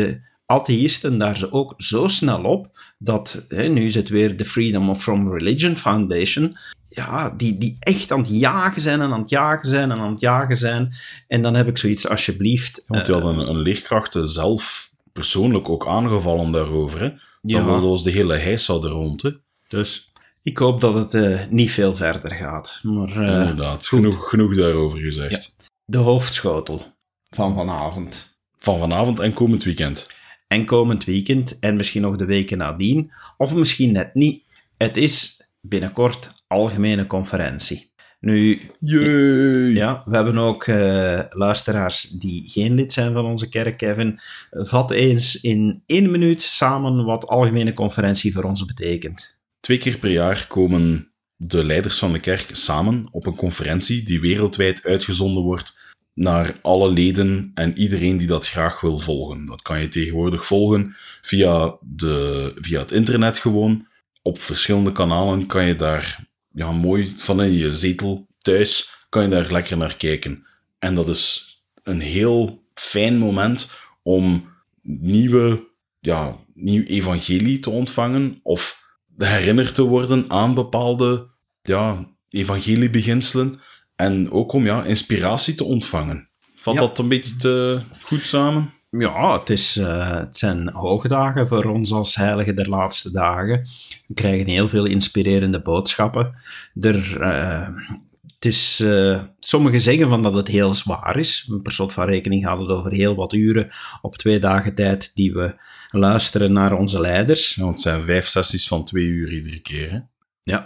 atheïsten daar ze ook zo snel op, dat, hè, nu is het weer de Freedom From Religion Foundation, ja, die, die echt aan het jagen zijn en aan het jagen zijn en aan het jagen zijn. En dan heb ik zoiets, alsjeblieft... Want die hadden een, een leerkracht zelf persoonlijk ook aangevallen daarover. Hè? Ja. Dat was de hele heisa er rond. Hè? Dus ik hoop dat het uh, niet veel verder gaat. Maar, uh, Inderdaad, genoeg, genoeg daarover gezegd. Ja. De hoofdschotel van vanavond. Van vanavond en komend weekend. En komend weekend en misschien nog de weken nadien. Of misschien net niet. Het is binnenkort algemene conferentie. Nu, Jee. ja, we hebben ook uh, luisteraars die geen lid zijn van onze kerk, Kevin. Vat eens in één minuut samen wat algemene conferentie voor ons betekent. Twee keer per jaar komen de leiders van de kerk samen op een conferentie die wereldwijd uitgezonden wordt naar alle leden en iedereen die dat graag wil volgen. Dat kan je tegenwoordig volgen via, de, via het internet gewoon. Op verschillende kanalen kan je daar ja, mooi van in je zetel thuis kan je daar lekker naar kijken. En dat is een heel fijn moment om nieuwe, ja, nieuw evangelie te ontvangen of herinnerd te worden aan bepaalde ja, evangeliebeginselen en ook om ja, inspiratie te ontvangen. Valt ja. dat een beetje te goed samen? Ja, het, is, uh, het zijn hoogdagen voor ons als heiligen der laatste dagen. We krijgen heel veel inspirerende boodschappen. Er, uh, het is, uh, sommigen zeggen van dat het heel zwaar is. Per slot van rekening gaat het over heel wat uren op twee dagen tijd die we luisteren naar onze leiders. Ja, want het zijn vijf sessies van twee uur iedere keer. Hè? Ja,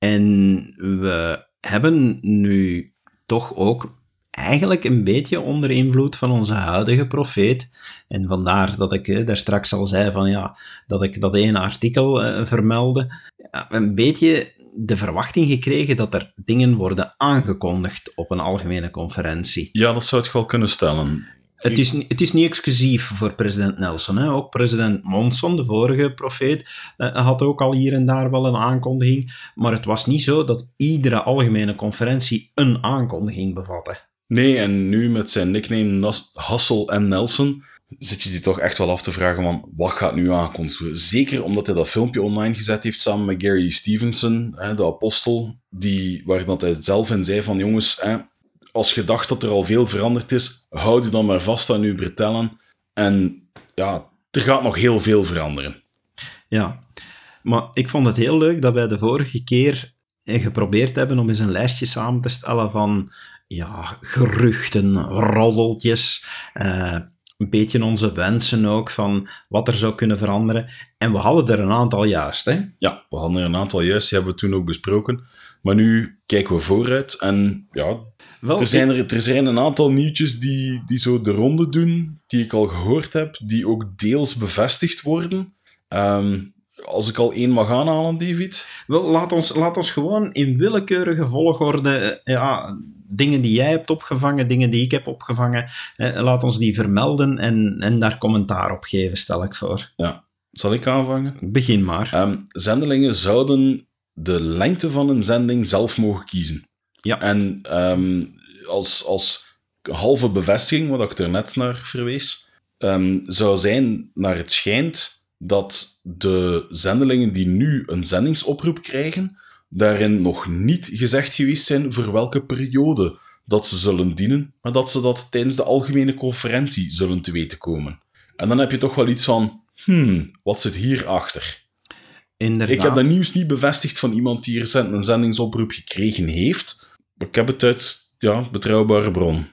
en we hebben nu toch ook eigenlijk een beetje onder invloed van onze huidige profeet. En vandaar dat ik eh, daar straks al zei van ja, dat ik dat ene artikel eh, vermeldde. Ja, een beetje de verwachting gekregen dat er dingen worden aangekondigd op een algemene conferentie. Ja, dat zou het wel kunnen stellen. Het is, het is niet exclusief voor president Nelson. Hè. Ook president Monson, de vorige profeet, uh, had ook al hier en daar wel een aankondiging. Maar het was niet zo dat iedere algemene conferentie een aankondiging bevatte. Nee, en nu met zijn nickname Nas- Hassel en Nelson zit je die toch echt wel af te vragen van wat gaat nu aankondigen. Zeker omdat hij dat filmpje online gezet heeft samen met Gary Stevenson, hè, de apostel, die, waar dat hij zelf in zei van jongens, hè, als je dacht dat er al veel veranderd is, houd je dan maar vast aan uw bretellen. En ja, er gaat nog heel veel veranderen. Ja, maar ik vond het heel leuk dat wij de vorige keer geprobeerd hebben om eens een lijstje samen te stellen van ja, geruchten, roddeltjes, uh, een beetje onze wensen ook van wat er zou kunnen veranderen. En we hadden er een aantal juist, hè? Ja, we hadden er een aantal juist, die hebben we toen ook besproken. Maar nu kijken we vooruit en ja, Wel, er, zijn er, er zijn een aantal nieuwtjes die, die zo de ronde doen, die ik al gehoord heb, die ook deels bevestigd worden. Um, als ik al één mag aanhalen, David? Wel, laat ons, laat ons gewoon in willekeurige volgorde ja, dingen die jij hebt opgevangen, dingen die ik heb opgevangen, eh, laat ons die vermelden en, en daar commentaar op geven, stel ik voor. Ja, zal ik aanvangen? Begin maar. Um, zendelingen zouden de lengte van een zending zelf mogen kiezen. Ja. En um, als, als halve bevestiging, wat ik er net naar verwees, um, zou zijn, naar het schijnt, dat de zendelingen die nu een zendingsoproep krijgen, daarin nog niet gezegd geweest zijn voor welke periode dat ze zullen dienen, maar dat ze dat tijdens de algemene conferentie zullen te weten komen. En dan heb je toch wel iets van, hmm, wat zit hierachter? Inderdaad. Ik heb dat nieuws niet bevestigd van iemand die recent een zendingsoproep gekregen heeft, maar ik heb het uit ja, betrouwbare bron.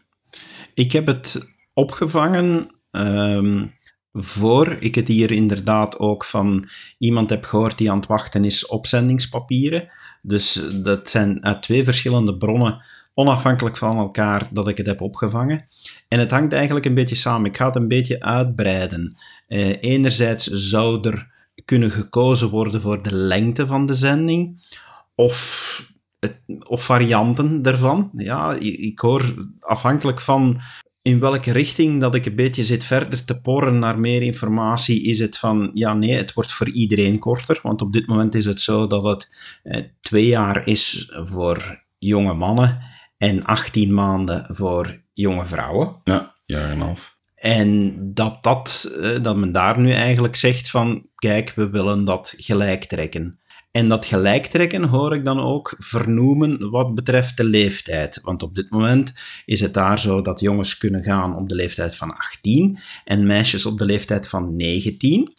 Ik heb het opgevangen um, voor ik het hier inderdaad ook van iemand heb gehoord die aan het wachten is op zendingspapieren. Dus dat zijn uit twee verschillende bronnen, onafhankelijk van elkaar, dat ik het heb opgevangen. En het hangt eigenlijk een beetje samen. Ik ga het een beetje uitbreiden. Uh, enerzijds zou er kunnen gekozen worden voor de lengte van de zending, of, het, of varianten daarvan. Ja, ik hoor afhankelijk van in welke richting dat ik een beetje zit verder te porren naar meer informatie, is het van, ja nee, het wordt voor iedereen korter, want op dit moment is het zo dat het eh, twee jaar is voor jonge mannen en achttien maanden voor jonge vrouwen. Ja, jaar en een half. En dat, dat, dat men daar nu eigenlijk zegt van, kijk, we willen dat gelijk trekken. En dat gelijk trekken hoor ik dan ook vernoemen wat betreft de leeftijd. Want op dit moment is het daar zo dat jongens kunnen gaan op de leeftijd van achttien en meisjes op de leeftijd van negentien.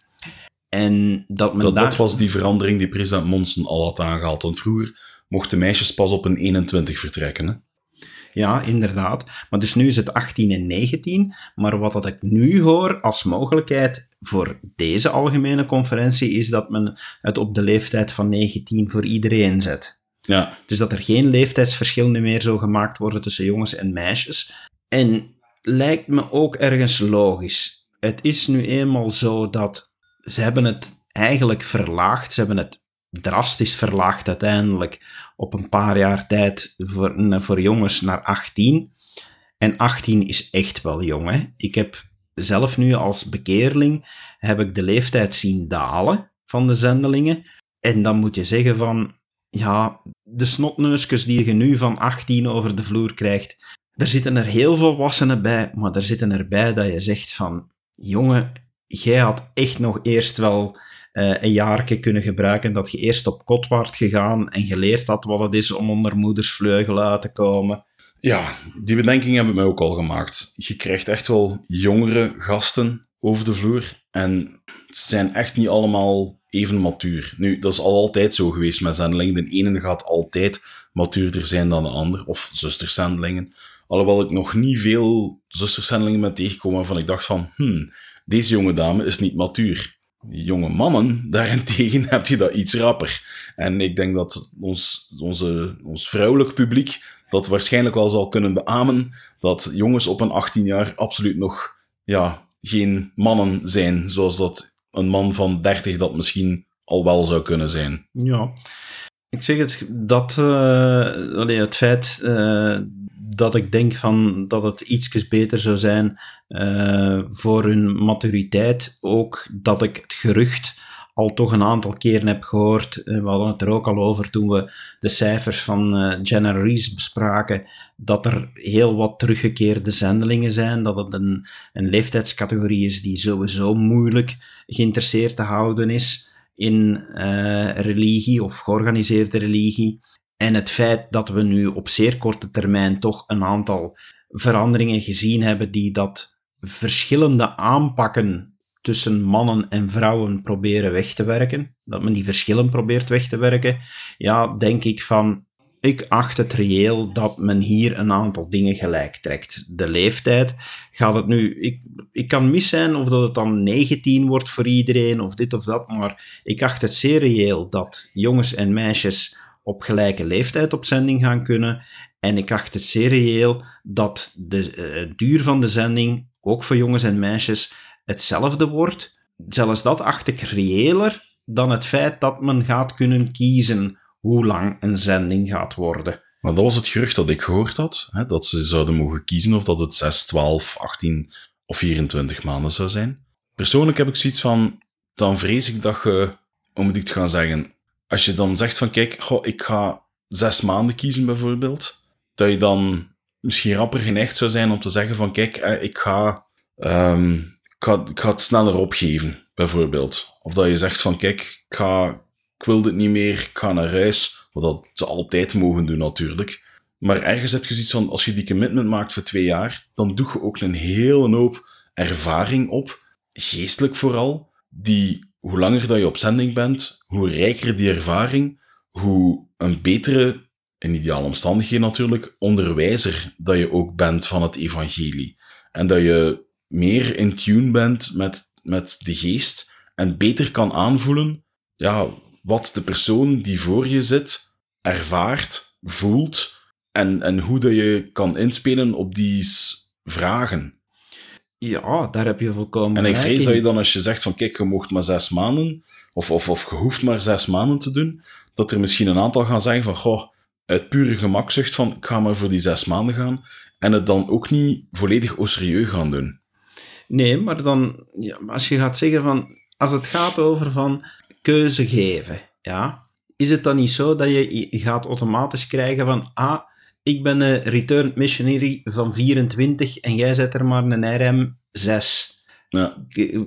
En dat, men dat, daar... dat was die verandering die president Monson al had aangehaald. Want vroeger mochten meisjes pas op hun eenentwintig vertrekken, hè? Ja, inderdaad. Maar dus nu is het achttien en negentien. Maar wat dat ik nu hoor als mogelijkheid voor deze algemene conferentie is dat men het op de leeftijd van negentien voor iedereen zet. Ja. Dus dat er geen leeftijdsverschillen meer zo gemaakt worden tussen jongens en meisjes. En lijkt me ook ergens logisch. Het is nu eenmaal zo dat ze hebben het eigenlijk verlaagd. Ze hebben het drastisch verlaagd uiteindelijk op een paar jaar tijd voor, voor jongens naar achttien. En achttien is echt wel jong, hè. Ik heb zelf nu als bekeerling heb ik de leeftijd zien dalen van de zendelingen. En dan moet je zeggen van, ja, de snotneusjes die je nu van achttien over de vloer krijgt, er zitten er heel volwassenen bij, maar er zitten erbij dat je zegt van, jongen, jij had echt nog eerst wel uh, een jaartje kunnen gebruiken, dat je eerst op kot waart gegaan en geleerd had wat het is om onder moeders vleugelen uit te komen. Ja, die bedenking heb ik mij ook al gemaakt. Je krijgt echt wel jongere gasten over de vloer en ze zijn echt niet allemaal even matuur. Nu, dat is al altijd zo geweest met zendelingen. De ene gaat altijd matuurder zijn dan de ander, of zusterzendelingen. Alhoewel ik nog niet veel zusterzendelingen ben tegengekomen waarvan ik dacht van, hmm, deze jonge dame is niet matuur. Die jonge mannen, daarentegen, heb je dat iets rapper. En ik denk dat ons, onze, ons vrouwelijk publiek dat waarschijnlijk wel zal kunnen beamen, dat jongens op een achttien jaar absoluut nog ja, geen mannen zijn, zoals dat een man van dertig dat misschien al wel zou kunnen zijn. Ja, ik zeg het, dat uh, allee, het feit uh, dat ik denk van dat het ietsjes beter zou zijn uh, voor hun maturiteit, ook dat ik het gerucht al toch een aantal keren heb gehoord. We hadden het er ook al over toen we de cijfers van uh, Jenna Rees bespraken, dat er heel wat teruggekeerde zendelingen zijn, dat het een, een leeftijdscategorie is die sowieso moeilijk geïnteresseerd te houden is in uh, religie of georganiseerde religie. En het feit dat we nu op zeer korte termijn toch een aantal veranderingen gezien hebben die dat verschillende aanpakken tussen mannen en vrouwen proberen weg te werken, dat men die verschillen probeert weg te werken, ja, denk ik van, ik acht het reëel dat men hier een aantal dingen gelijk trekt. De leeftijd gaat het nu, ik, ik kan mis zijn of dat het dan negentien wordt voor iedereen, of dit of dat, maar ik acht het zeer reëel dat jongens en meisjes op gelijke leeftijd op zending gaan kunnen, en ik acht het zeer reëel dat de uh, duur van de zending, ook voor jongens en meisjes, hetzelfde wordt. Zelfs dat acht ik reëler dan het feit dat men gaat kunnen kiezen hoe lang een zending gaat worden. Maar dat was het gerucht dat ik gehoord had, hè, dat ze zouden mogen kiezen of dat het zes, twaalf, achttien of vierentwintig maanden zou zijn. Persoonlijk heb ik zoiets van, dan vrees ik dat je, hoe moet ik het gaan zeggen, als je dan zegt van kijk, goh, ik ga zes maanden kiezen bijvoorbeeld, dat je dan misschien rapper geneigd zou zijn om te zeggen van kijk, ik ga... Um, Ik ga, ik ga het sneller opgeven, bijvoorbeeld. Of dat je zegt van, kijk, ik, ga, ik wil dit niet meer, ik ga naar huis. Wat dat ze altijd mogen doen, natuurlijk. Maar ergens heb je zoiets van, als je die commitment maakt voor twee jaar, dan doe je ook een hele hoop ervaring op, geestelijk vooral, die, hoe langer dat je op zending bent, hoe rijker die ervaring, hoe een betere, in ideale omstandigheden natuurlijk, onderwijzer dat je ook bent van het evangelie. En dat je meer in tune bent met, met de geest en beter kan aanvoelen ja, wat de persoon die voor je zit ervaart, voelt en, en hoe dat je kan inspelen op die vragen. Ja, daar heb je volkomen En ik vrees in. dat je dan als je zegt van kijk, je mocht maar zes maanden of, of, of je hoeft maar zes maanden te doen, dat er misschien een aantal gaan zeggen van goh, uit pure gemakzucht van ik ga maar voor die zes maanden gaan en het dan ook niet volledig au sérieux gaan doen. Nee, maar dan, ja, als je gaat zeggen van, als het gaat over van keuze geven, ja, is het dan niet zo dat je gaat automatisch krijgen van, ah, ik ben een returned missionary van vierentwintig en jij zet er maar een R M zes. Ja.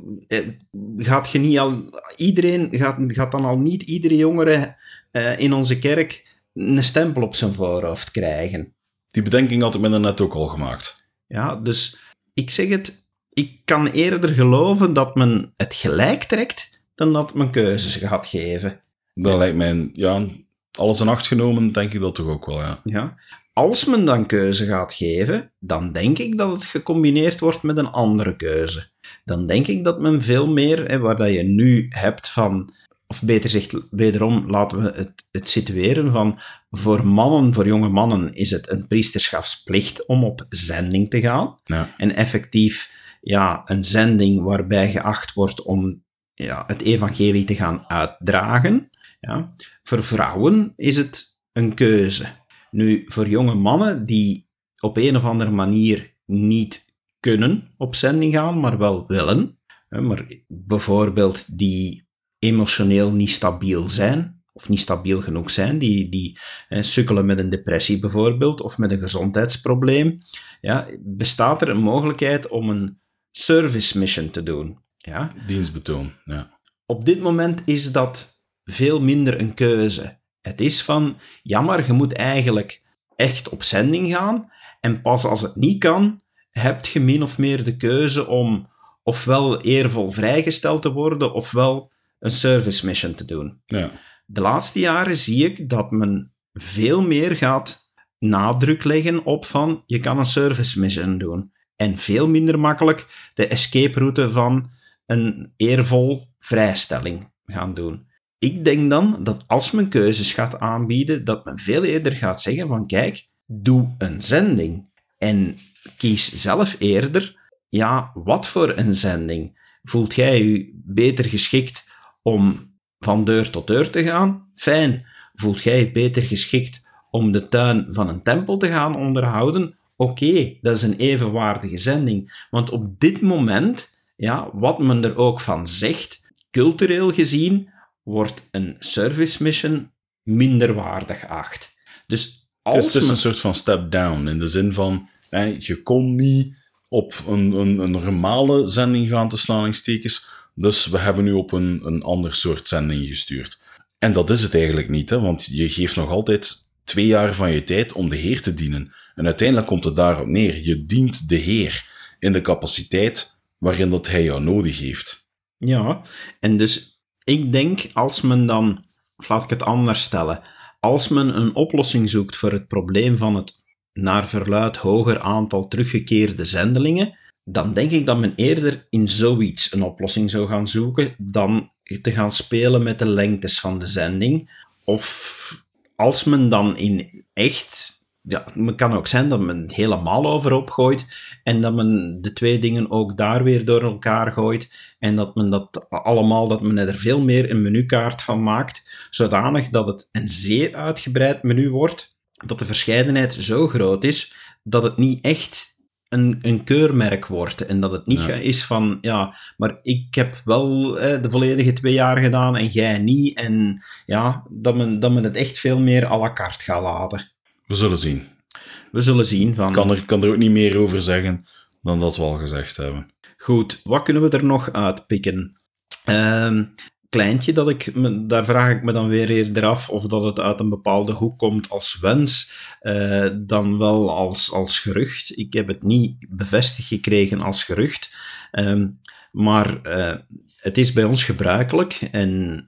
Gaat je niet al... Iedereen... Gaat, gaat dan al niet iedere jongere uh, in onze kerk een stempel op zijn voorhoofd krijgen? Die bedenking had ik me net ook al gemaakt. Ja, dus ik zeg het... Ik kan eerder geloven dat men het gelijk trekt dan dat men keuzes gaat geven. Dat ja. lijkt mij... Ja, alles in acht genomen, denk ik dat toch ook wel, ja. Ja. Als men dan keuze gaat geven, dan denk ik dat het gecombineerd wordt met een andere keuze. Dan denk ik dat men veel meer, hè, waar dat je nu hebt van... Of beter gezegd, wederom laten we het, het situeren van... Voor mannen, voor jonge mannen, is het een priesterschapsplicht om op zending te gaan. Ja. En effectief, ja, een zending waarbij geacht wordt om ja, het evangelie te gaan uitdragen. Ja. Voor vrouwen is het een keuze. Nu, voor jonge mannen die op een of andere manier niet kunnen op zending gaan, maar wel willen, maar bijvoorbeeld die emotioneel niet stabiel zijn, of niet stabiel genoeg zijn, die, die eh, sukkelen met een depressie bijvoorbeeld, of met een gezondheidsprobleem, ja, bestaat er een mogelijkheid om een service mission te doen. Ja? Dienstbetoon, ja. Op dit moment is dat veel minder een keuze. Het is van, jammer, je moet eigenlijk echt op zending gaan, en pas als het niet kan, heb je min of meer de keuze om ofwel eervol vrijgesteld te worden, ofwel een service mission te doen. Ja. De laatste jaren zie ik dat men veel meer gaat nadruk leggen op van, je kan een service mission doen. En veel minder makkelijk de escape route van een eervol vrijstelling gaan doen. Ik denk dan dat als men keuzes gaat aanbieden, dat men veel eerder gaat zeggen van, kijk, doe een zending. En kies zelf eerder, ja, wat voor een zending? Voelt jij je beter geschikt om van deur tot deur te gaan? Fijn. Voelt jij je beter geschikt om de tuin van een tempel te gaan onderhouden? Oké, okay, dat is een evenwaardige zending. Want op dit moment, ja, wat men er ook van zegt, cultureel gezien, wordt een service mission minder waardig geacht. Dus als het is, het is men... een soort van step down, in de zin van, hè, je kon niet op een, een, een normale zending gaan, tussen aanhalingstekens, dus we hebben nu op een, een ander soort zending gestuurd. En dat is het eigenlijk niet, hè, want je geeft nog altijd twee jaar van je tijd om de Heer te dienen. En uiteindelijk komt het daarop neer. Je dient de Heer in de capaciteit waarin dat hij jou nodig heeft. Ja, en dus ik denk als men dan, of laat ik het anders stellen, als men een oplossing zoekt voor het probleem van het naar verluidt hoger aantal teruggekeerde zendelingen, dan denk ik dat men eerder in zoiets een oplossing zou gaan zoeken dan te gaan spelen met de lengtes van de zending. Of als men dan in echt... Ja, het kan ook zijn dat men het helemaal overhoop gooit en dat men de twee dingen ook daar weer door elkaar gooit en dat men dat allemaal, dat men er veel meer een menukaart van maakt, zodanig dat het een zeer uitgebreid menu wordt, dat de verscheidenheid zo groot is dat het niet echt een, een keurmerk wordt en dat het niet ja. is van, ja, maar ik heb wel eh, de volledige twee jaar gedaan en jij niet en ja, dat men, dat men het echt veel meer à la carte gaat laten. We zullen zien. We zullen zien. Van... Ik kan er, kan er ook niet meer over zeggen dan dat we al gezegd hebben. Goed, wat kunnen we er nog uitpikken? Uh, kleintje, dat ik me, daar vraag ik me dan weer eerder af of dat het uit een bepaalde hoek komt als wens, uh, dan wel als, als gerucht. Ik heb het niet bevestigd gekregen als gerucht, uh, maar uh, het is bij ons gebruikelijk en,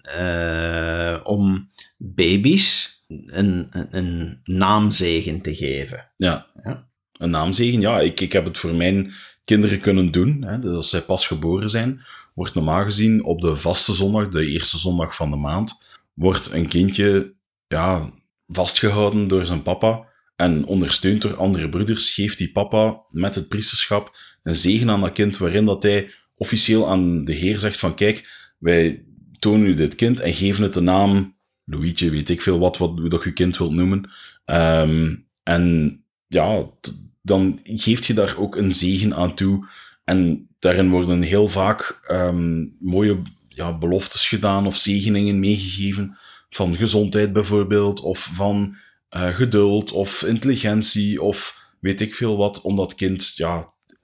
uh, om baby's Een, een, een naamzegen te geven. Ja, ja. Een naamzegen. Ja, ik, ik heb het voor mijn kinderen kunnen doen. Hè. Dus als zij pas geboren zijn, wordt normaal gezien op de vaste zondag, de eerste zondag van de maand, wordt een kindje ja, vastgehouden door zijn papa en ondersteund door andere broeders, geeft die papa met het priesterschap een zegen aan dat kind, waarin dat hij officieel aan de Heer zegt van kijk, wij tonen u dit kind en geven het de naam Louietje, weet ik veel wat, wat je je kind wilt noemen. Um, en ja, t- dan geef je daar ook een zegen aan toe. En daarin worden heel vaak um, mooie ja, beloftes gedaan of zegeningen meegegeven. Van gezondheid bijvoorbeeld, of van uh, geduld, of intelligentie, of weet ik veel wat, om dat kind ja,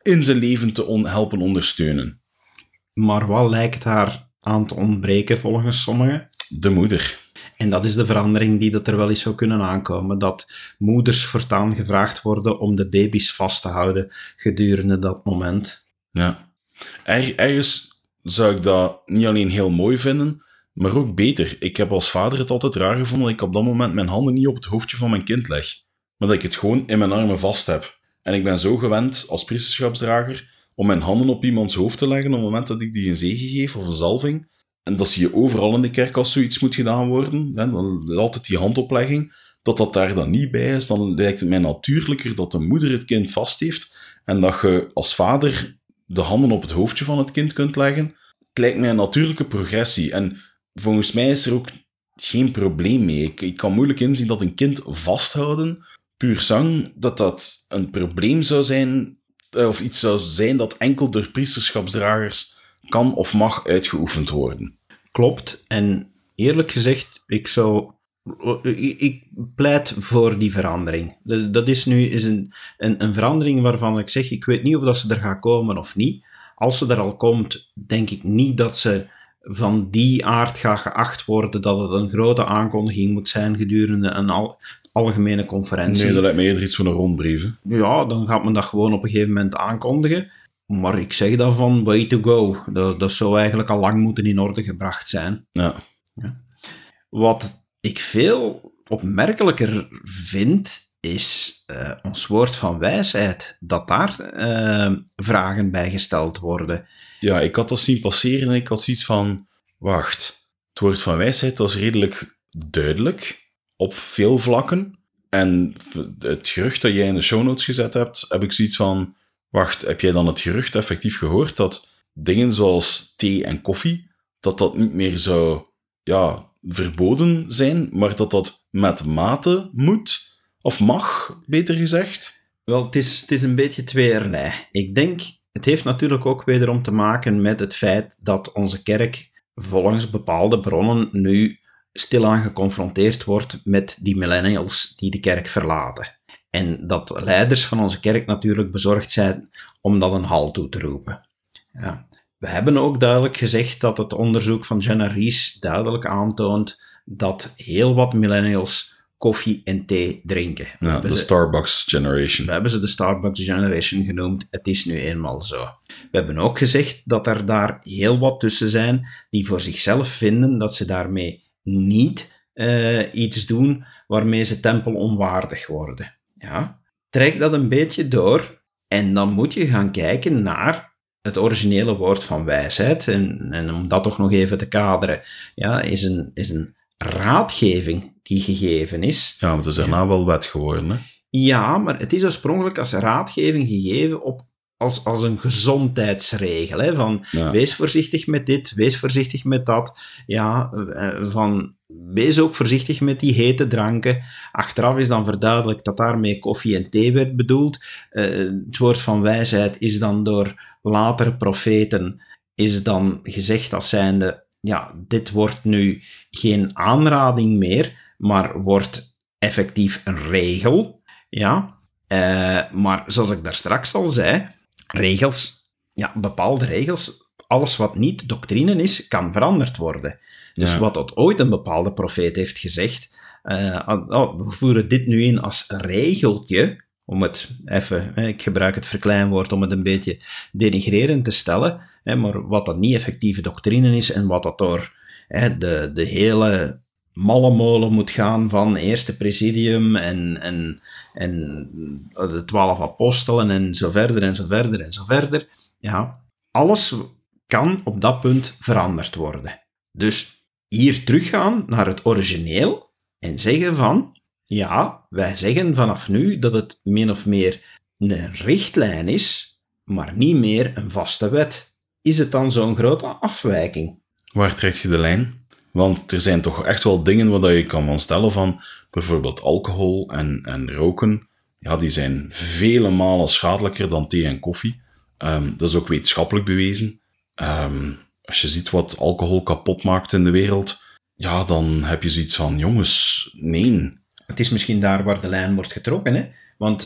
in zijn leven te on- helpen ondersteunen. Maar wat lijkt haar aan te ontbreken volgens sommigen? De moeder. En dat is de verandering die dat er wel eens zou kunnen aankomen. Dat moeders voortaan gevraagd worden om de baby's vast te houden gedurende dat moment. Ja. Er, ergens zou ik dat niet alleen heel mooi vinden, maar ook beter. Ik heb als vader het altijd raar gevonden dat ik op dat moment mijn handen niet op het hoofdje van mijn kind leg. Maar dat ik het gewoon in mijn armen vast heb. En ik ben zo gewend als priesterschapsdrager om mijn handen op iemands hoofd te leggen op het moment dat ik die een zegen geef of een zalving. En dat zie je overal in de kerk als zoiets moet gedaan worden. Hè, dan altijd die handoplegging. Dat dat daar dan niet bij is, dan lijkt het mij natuurlijker dat de moeder het kind vast heeft en dat je als vader de handen op het hoofdje van het kind kunt leggen. Het lijkt mij een natuurlijke progressie. En volgens mij is er ook geen probleem mee. Ik, ik kan moeilijk inzien dat een kind vasthouden, puur zang, dat dat een probleem zou zijn, of iets zou zijn dat enkel door priesterschapsdragers kan of mag uitgeoefend worden. Klopt. En eerlijk gezegd, ik zou... Ik, ik pleit voor die verandering. Dat is nu is een, een, een verandering waarvan ik zeg, ik weet niet of dat ze er gaat komen of niet. Als ze er al komt, denk ik niet dat ze van die aard gaat geacht worden dat het een grote aankondiging moet zijn gedurende een al, algemene conferentie. Nee, dat lijkt mij eerder iets van een rondbrief. Hè? Ja, dan gaat men dat gewoon op een gegeven moment aankondigen. Maar ik zeg dan van way to go. Dat, dat zou eigenlijk al lang moeten in orde gebracht zijn. Ja. Ja. Wat ik veel opmerkelijker vind, is uh, ons woord van wijsheid. Dat daar uh, vragen bij gesteld worden. Ja, ik had dat zien passeren en ik had zoiets van... Wacht, het woord van wijsheid was redelijk duidelijk, op veel vlakken. En het gerucht dat jij in de show notes gezet hebt, heb ik zoiets van... Wacht, heb jij dan het gerucht effectief gehoord dat dingen zoals thee en koffie, dat dat niet meer zou... Ja, verboden zijn, maar dat dat met mate moet, of mag, beter gezegd? Wel, het is, het is een beetje tweeërlei. Ik denk, het heeft natuurlijk ook wederom te maken met het feit dat onze kerk volgens bepaalde bronnen nu stilaan geconfronteerd wordt met die millennials die de kerk verlaten. En dat leiders van onze kerk natuurlijk bezorgd zijn om dat een halt toe te roepen. Ja. We hebben ook duidelijk gezegd dat het onderzoek van Jenna Ries duidelijk aantoont dat heel wat millennials koffie en thee drinken. Ja, de Starbucks Generation. We hebben ze de Starbucks Generation genoemd. Het is nu eenmaal zo. We hebben ook gezegd dat er daar heel wat tussen zijn die voor zichzelf vinden dat ze daarmee niet uh, iets doen waarmee ze tempelonwaardig worden. Ja? Trek dat een beetje door en dan moet je gaan kijken naar het originele woord van wijsheid, en, en om dat toch nog even te kaderen, ja, is, een, is een raadgeving die gegeven is. Ja, maar het is daarna wel wet geworden, hè? Ja, maar het is oorspronkelijk als raadgeving gegeven op, als, als een gezondheidsregel. Hè, van ja. Wees voorzichtig met dit, wees voorzichtig met dat. Ja, van wees ook voorzichtig met die hete dranken. Achteraf is dan verduidelijkt dat daarmee koffie en thee werd bedoeld. Uh, het woord van wijsheid is dan door latere profeten is dan gezegd als zijnde, ja, dit wordt nu geen aanrading meer, maar wordt effectief een regel. Ja, uh, maar zoals ik daar straks al zei, regels, ja, bepaalde regels, alles wat niet doctrine is, kan veranderd worden. Dus ja. Wat dat ooit een bepaalde profeet heeft gezegd, uh, oh, we voeren dit nu in als regeltje, om het even, ik gebruik het verkleinwoord om het een beetje denigrerend te stellen, maar wat dat niet effectieve doctrine is en wat dat door de, de hele malle molen moet gaan van eerste presidium en, en, en de twaalf apostelen en zo verder en zo verder en zo verder. Ja, alles kan op dat punt veranderd worden. Dus hier teruggaan naar het origineel en zeggen van, ja, wij zeggen vanaf nu dat het min of meer een richtlijn is, maar niet meer een vaste wet. Is het dan zo'n grote afwijking? Waar trek je de lijn? Want er zijn toch echt wel dingen waar je kan van stellen van, bijvoorbeeld alcohol en, en roken, ja, die zijn vele malen schadelijker dan thee en koffie. Um, dat is ook wetenschappelijk bewezen. Um, als je ziet wat alcohol kapot maakt in de wereld, ja, dan heb je zoiets van, jongens, nee. Het is misschien daar waar de lijn wordt getrokken, hè? Want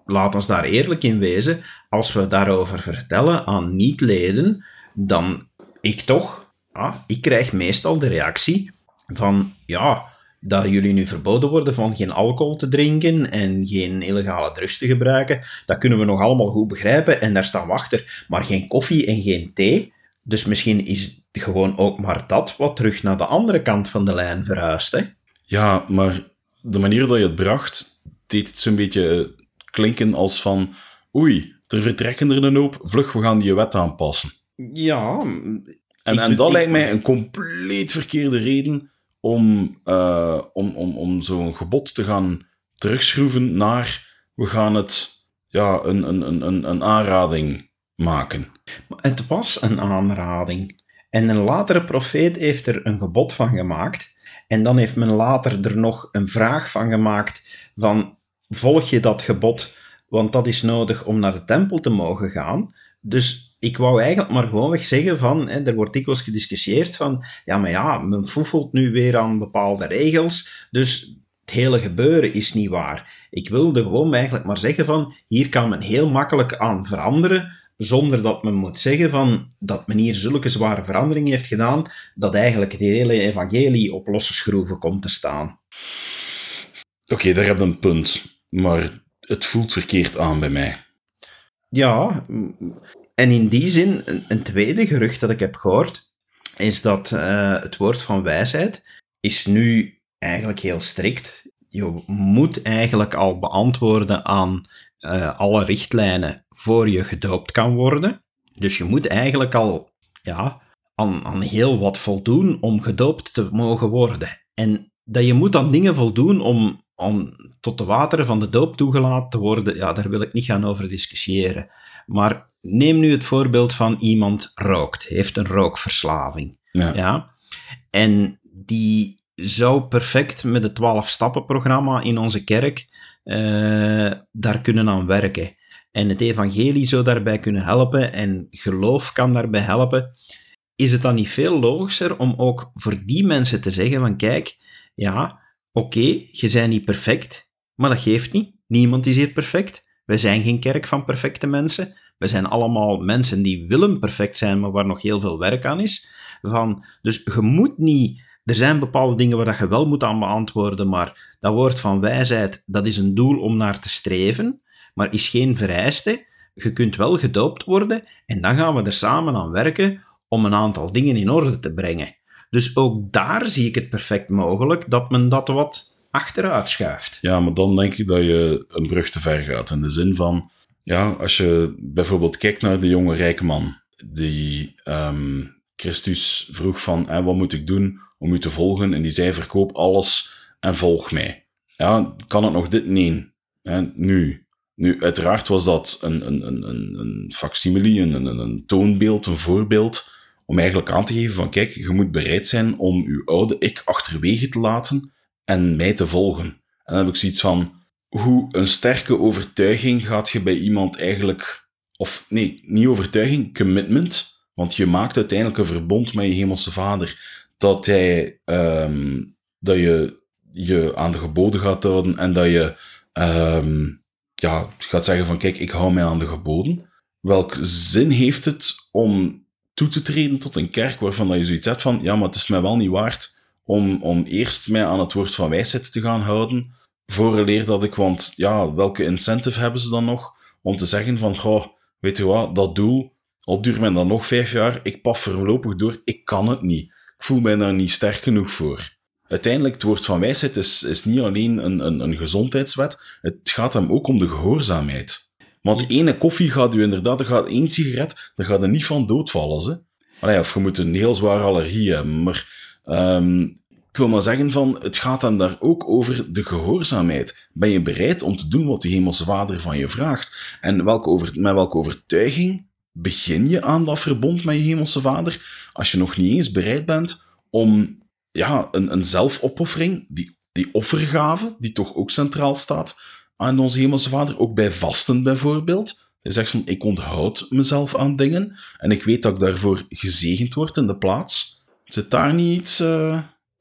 laat ons daar eerlijk in wezen, als we daarover vertellen aan niet-leden, dan ik toch, ah, ik krijg meestal de reactie van, ja, dat jullie nu verboden worden van geen alcohol te drinken en geen illegale drugs te gebruiken, dat kunnen we nog allemaal goed begrijpen en daar staan we achter, maar geen koffie en geen thee. Dus misschien is gewoon ook maar dat wat terug naar de andere kant van de lijn verhuist, hè? Ja, maar de manier dat je het bracht, deed het zo'n beetje klinken als van oei, er vertrekken er een hoop, vlug, we gaan die wet aanpassen. Ja. En, en dat ik, lijkt mij een compleet verkeerde reden om, uh, om, om, om zo'n gebod te gaan terugschroeven naar we gaan het ja, een, een, een, een aanrading maken. Het was een aanrading. En een latere profeet heeft er een gebod van gemaakt. En dan heeft men later er nog een vraag van gemaakt van volg je dat gebod, want dat is nodig om naar de tempel te mogen gaan. Dus ik wou eigenlijk maar gewoonweg zeggen van, hè, er wordt dikwijls gediscussieerd van, ja, maar ja, men foefelt nu weer aan bepaalde regels, dus het hele gebeuren is niet waar. Ik wilde gewoon eigenlijk maar zeggen van, hier kan men heel makkelijk aan veranderen, zonder dat men moet zeggen van, dat men hier zulke zware veranderingen heeft gedaan, dat eigenlijk het hele evangelie op losse schroeven komt te staan. Oké, okay, daar heb je een punt, maar het voelt verkeerd aan bij mij. Ja, en in die zin, een, een tweede gerucht dat ik heb gehoord, is dat uh, het woord van wijsheid is nu eigenlijk heel strikt. Je moet eigenlijk al beantwoorden aan uh, alle richtlijnen voor je gedoopt kan worden. Dus je moet eigenlijk al ja, aan, aan heel wat voldoen om gedoopt te mogen worden. En dat je moet aan dingen voldoen om, om tot de wateren van de doop toegelaten te worden, ja, daar wil ik niet gaan over discussiëren. Maar neem nu het voorbeeld van iemand rookt, heeft een rookverslaving. Ja. Ja? En die zou perfect met het twaalf-stappen-programma in onze kerk uh, daar kunnen aan werken. En het evangelie zou daarbij kunnen helpen en geloof kan daarbij helpen. Is het dan niet veel logischer om ook voor die mensen te zeggen van kijk, ja, oké, okay, je bent niet perfect, maar dat geeft niet. Niemand is hier perfect. Wij zijn geen kerk van perfecte mensen. We zijn allemaal mensen die willen perfect zijn, maar waar nog heel veel werk aan is. Van, dus je moet niet... Er zijn bepaalde dingen waar je wel moet aan beantwoorden, maar dat woord van wijsheid, dat is een doel om naar te streven, maar is geen vereiste. Je kunt wel gedoopt worden en dan gaan we er samen aan werken om een aantal dingen in orde te brengen. Dus ook daar zie ik het perfect mogelijk dat men dat wat achteruit schuift. Ja, maar dan denk ik dat je een brug te ver gaat. In de zin van, ja, als je bijvoorbeeld kijkt naar de jonge rijke man, die um, Christus vroeg van, eh, wat moet ik doen om u te volgen? En die zei, verkoop alles en volg mij. Ja, kan het nog dit? Nee. Eh, nu. Nu, uiteraard was dat een, een, een, een facsimile, een, een, een toonbeeld, een voorbeeld, om eigenlijk aan te geven van, kijk, je moet bereid zijn om uw oude ik achterwege te laten en mij te volgen. En dan heb ik zoiets van, hoe een sterke overtuiging gaat je bij iemand eigenlijk... Of nee, niet overtuiging, commitment. Want je maakt uiteindelijk een verbond met je hemelse vader. Dat hij... Um, dat je je aan de geboden gaat houden en dat je... Um, ja, gaat zeggen van, kijk, ik hou mij aan de geboden. Welke zin heeft het om toe te treden tot een kerk waarvan dat je zoiets hebt van, ja, maar het is mij wel niet waard om, om eerst mij aan het woord van wijsheid te gaan houden, vooraleer dat ik, want ja, welke incentive hebben ze dan nog om te zeggen van, goh, weet je wat, dat doel, al duurt mij dan nog vijf jaar, ik paf voorlopig door, ik kan het niet. Ik voel mij daar niet sterk genoeg voor. Uiteindelijk, het woord van wijsheid is, is niet alleen een, een, een gezondheidswet, het gaat hem ook om de gehoorzaamheid. Want ene koffie gaat u inderdaad, er gaat één sigaret, daar gaat er niet van doodvallen. Hè? Allee, of je moet een heel zware allergie hebben, maar um, ik wil maar zeggen van, het gaat hem daar ook over de gehoorzaamheid. Ben je bereid om te doen wat de hemelse vader van je vraagt? En welke over, met welke overtuiging begin je aan dat verbond met je hemelse vader, als je nog niet eens bereid bent om ja, een, een zelfopoffering, die, die offergave, die toch ook centraal staat aan onze hemelse vader, ook bij vasten bijvoorbeeld. Hij zegt van, ik onthoud mezelf aan dingen en ik weet dat ik daarvoor gezegend word in de plaats. Zit daar niet iets... Uh...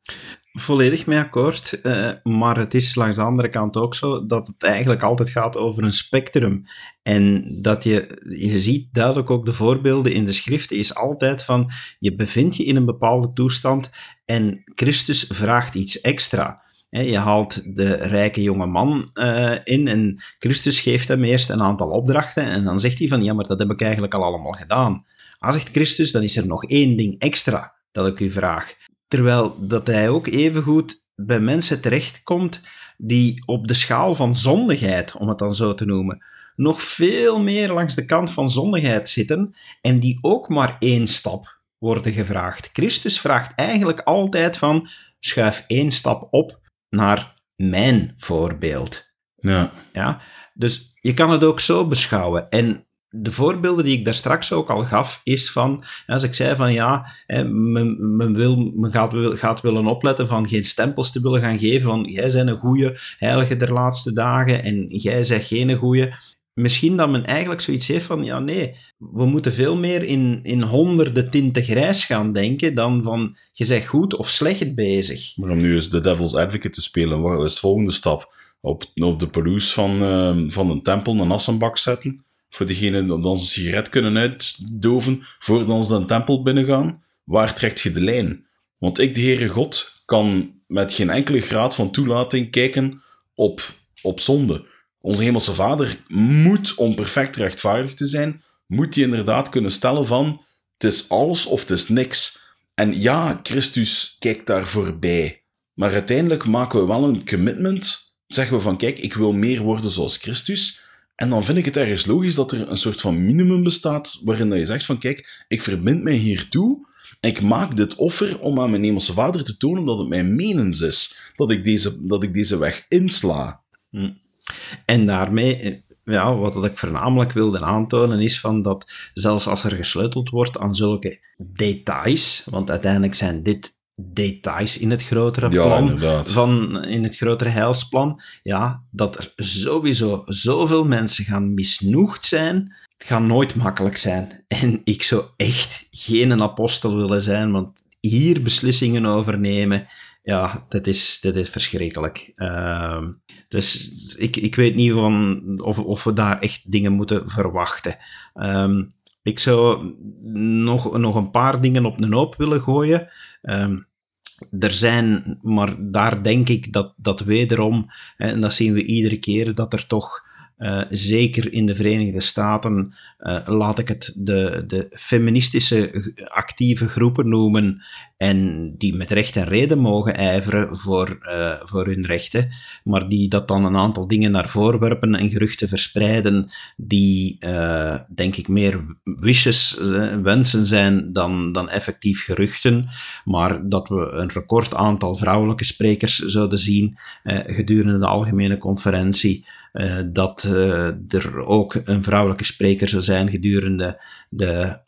volledig mee akkoord, uh, maar het is langs de andere kant ook zo dat het eigenlijk altijd gaat over een spectrum. En dat je, je ziet duidelijk ook de voorbeelden in de schriften, is altijd van, je bevindt je in een bepaalde toestand en Christus vraagt iets extra. He, je haalt de rijke jonge man uh, in en Christus geeft hem eerst een aantal opdrachten en dan zegt hij van, ja, maar dat heb ik eigenlijk al allemaal gedaan. Dan zegt Christus, dan is er nog één ding extra dat ik u vraag. Terwijl dat hij ook evengoed bij mensen terechtkomt die op de schaal van zondigheid, om het dan zo te noemen, nog veel meer langs de kant van zondigheid zitten en die ook maar één stap worden gevraagd. Christus vraagt eigenlijk altijd van, schuif één stap op naar mijn voorbeeld. Ja. Ja? Dus je kan het ook zo beschouwen. En de voorbeelden die ik daar straks ook al gaf, is van, als ik zei van ja, men, men, wil, men gaat, gaat willen opletten van geen stempels te willen gaan geven van jij bent een goeie heilige der laatste dagen en jij bent geen goeie. Misschien dat men eigenlijk zoiets heeft van, ja nee, we moeten veel meer in, in honderden tinten grijs gaan denken dan van, je bent goed of slecht bezig. Maar om nu eens de devil's advocate te spelen, wat is de volgende stap? Op, op de pelouse van, uh, van een tempel een assenbak zetten, voor degene die dan een sigaret kunnen uitdoven, voordat ze de tempel binnengaan? Waar trekt je de lijn? Want ik, de Heere God, kan met geen enkele graad van toelating kijken op, op zonde. Onze hemelse Vader moet, om perfect rechtvaardig te zijn, moet hij inderdaad kunnen stellen van, het is alles of het is niks. En ja, Christus kijkt daar voorbij. Maar uiteindelijk maken we wel een commitment, zeggen we van, kijk, ik wil meer worden zoals Christus. En dan vind ik het ergens logisch dat er een soort van minimum bestaat, waarin je zegt van, kijk, ik verbind mij hiertoe, ik maak dit offer om aan mijn hemelse Vader te tonen dat het mijn menens is, dat ik deze, dat ik deze weg insla. Hm. En daarmee, ja, wat ik voornamelijk wilde aantonen, is van dat zelfs als er gesleuteld wordt aan zulke details, want uiteindelijk zijn dit details in het grotere plan, ja, van, in het grotere heilsplan, ja, dat er sowieso zoveel mensen gaan misnoegd zijn. Het gaat nooit makkelijk zijn. En ik zou echt geen apostel willen zijn, want hier beslissingen over nemen, ja, dat is, dat is verschrikkelijk. Uh, dus ik, ik weet niet van of, of we daar echt dingen moeten verwachten. Um, ik zou nog, nog een paar dingen op een hoop willen gooien. Um, er zijn, maar daar denk ik dat, dat wederom, en dat zien we iedere keer, dat er toch, uh, zeker in de Verenigde Staten, uh, laat ik het de, de feministische actieve groepen noemen, en die met recht en reden mogen ijveren voor, uh, voor hun rechten, maar die dat dan een aantal dingen naar voren werpen en geruchten verspreiden die, uh, denk ik, meer wishes, uh, wensen zijn dan, dan effectief geruchten, maar dat we een record aantal vrouwelijke sprekers zouden zien uh, gedurende de algemene conferentie, uh, dat uh, er ook een vrouwelijke spreker zou zijn gedurende de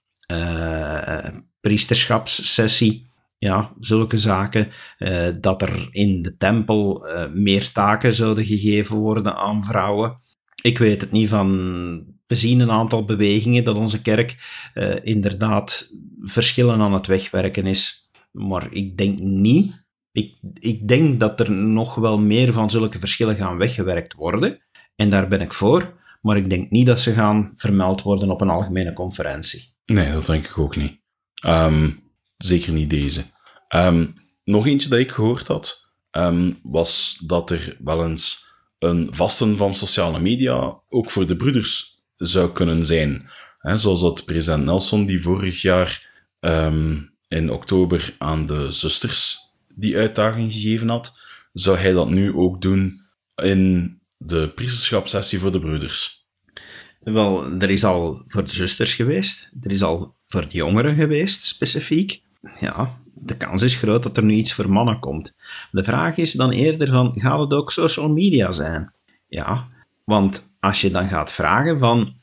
uh, priesterschapssessie. Ja, zulke zaken, uh, dat er in de tempel uh, meer taken zouden gegeven worden aan vrouwen. Ik weet het niet van. We zien een aantal bewegingen dat onze kerk uh, inderdaad verschillen aan het wegwerken is. Maar ik denk niet. Ik, ik denk dat er nog wel meer van zulke verschillen gaan weggewerkt worden. En daar ben ik voor. Maar ik denk niet dat ze gaan vermeld worden op een algemene conferentie. Nee, dat denk ik ook niet. Um... Zeker niet deze. Um, nog eentje dat ik gehoord had, um, was dat er wel eens een vasten van sociale media ook voor de broeders zou kunnen zijn. He, zoals dat president Nelson, die vorig jaar um, in oktober aan de zusters die uitdaging gegeven had, zou hij dat nu ook doen in de priesterschapssessie voor de broeders. Wel, er is al voor de zusters geweest, er is al voor de jongeren geweest, specifiek. Ja, de kans is groot dat er nu iets voor mannen komt. De vraag is dan eerder van, gaat het ook social media zijn? Ja, want als je dan gaat vragen van,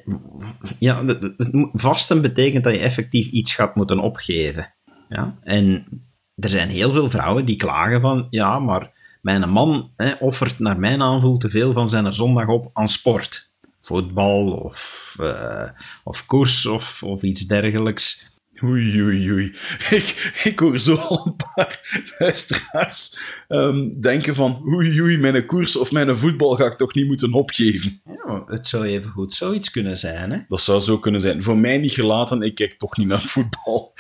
ja, vasten betekent dat je effectief iets gaat moeten opgeven. Ja, en er zijn heel veel vrouwen die klagen van, ja, maar mijn man hè, offert naar mijn aanvoel te veel van zijn zondag op aan sport. Voetbal of, uh, of koers of, of iets dergelijks. Oei, oei, oei. Ik, ik hoor zo al een paar luisteraars um, denken van oei, oei, mijn koers of mijn voetbal ga ik toch niet moeten opgeven. Ja, het zou even goed zoiets kunnen zijn, hè? Dat zou zo kunnen zijn. Voor mij niet gelaten, ik kijk toch niet naar voetbal.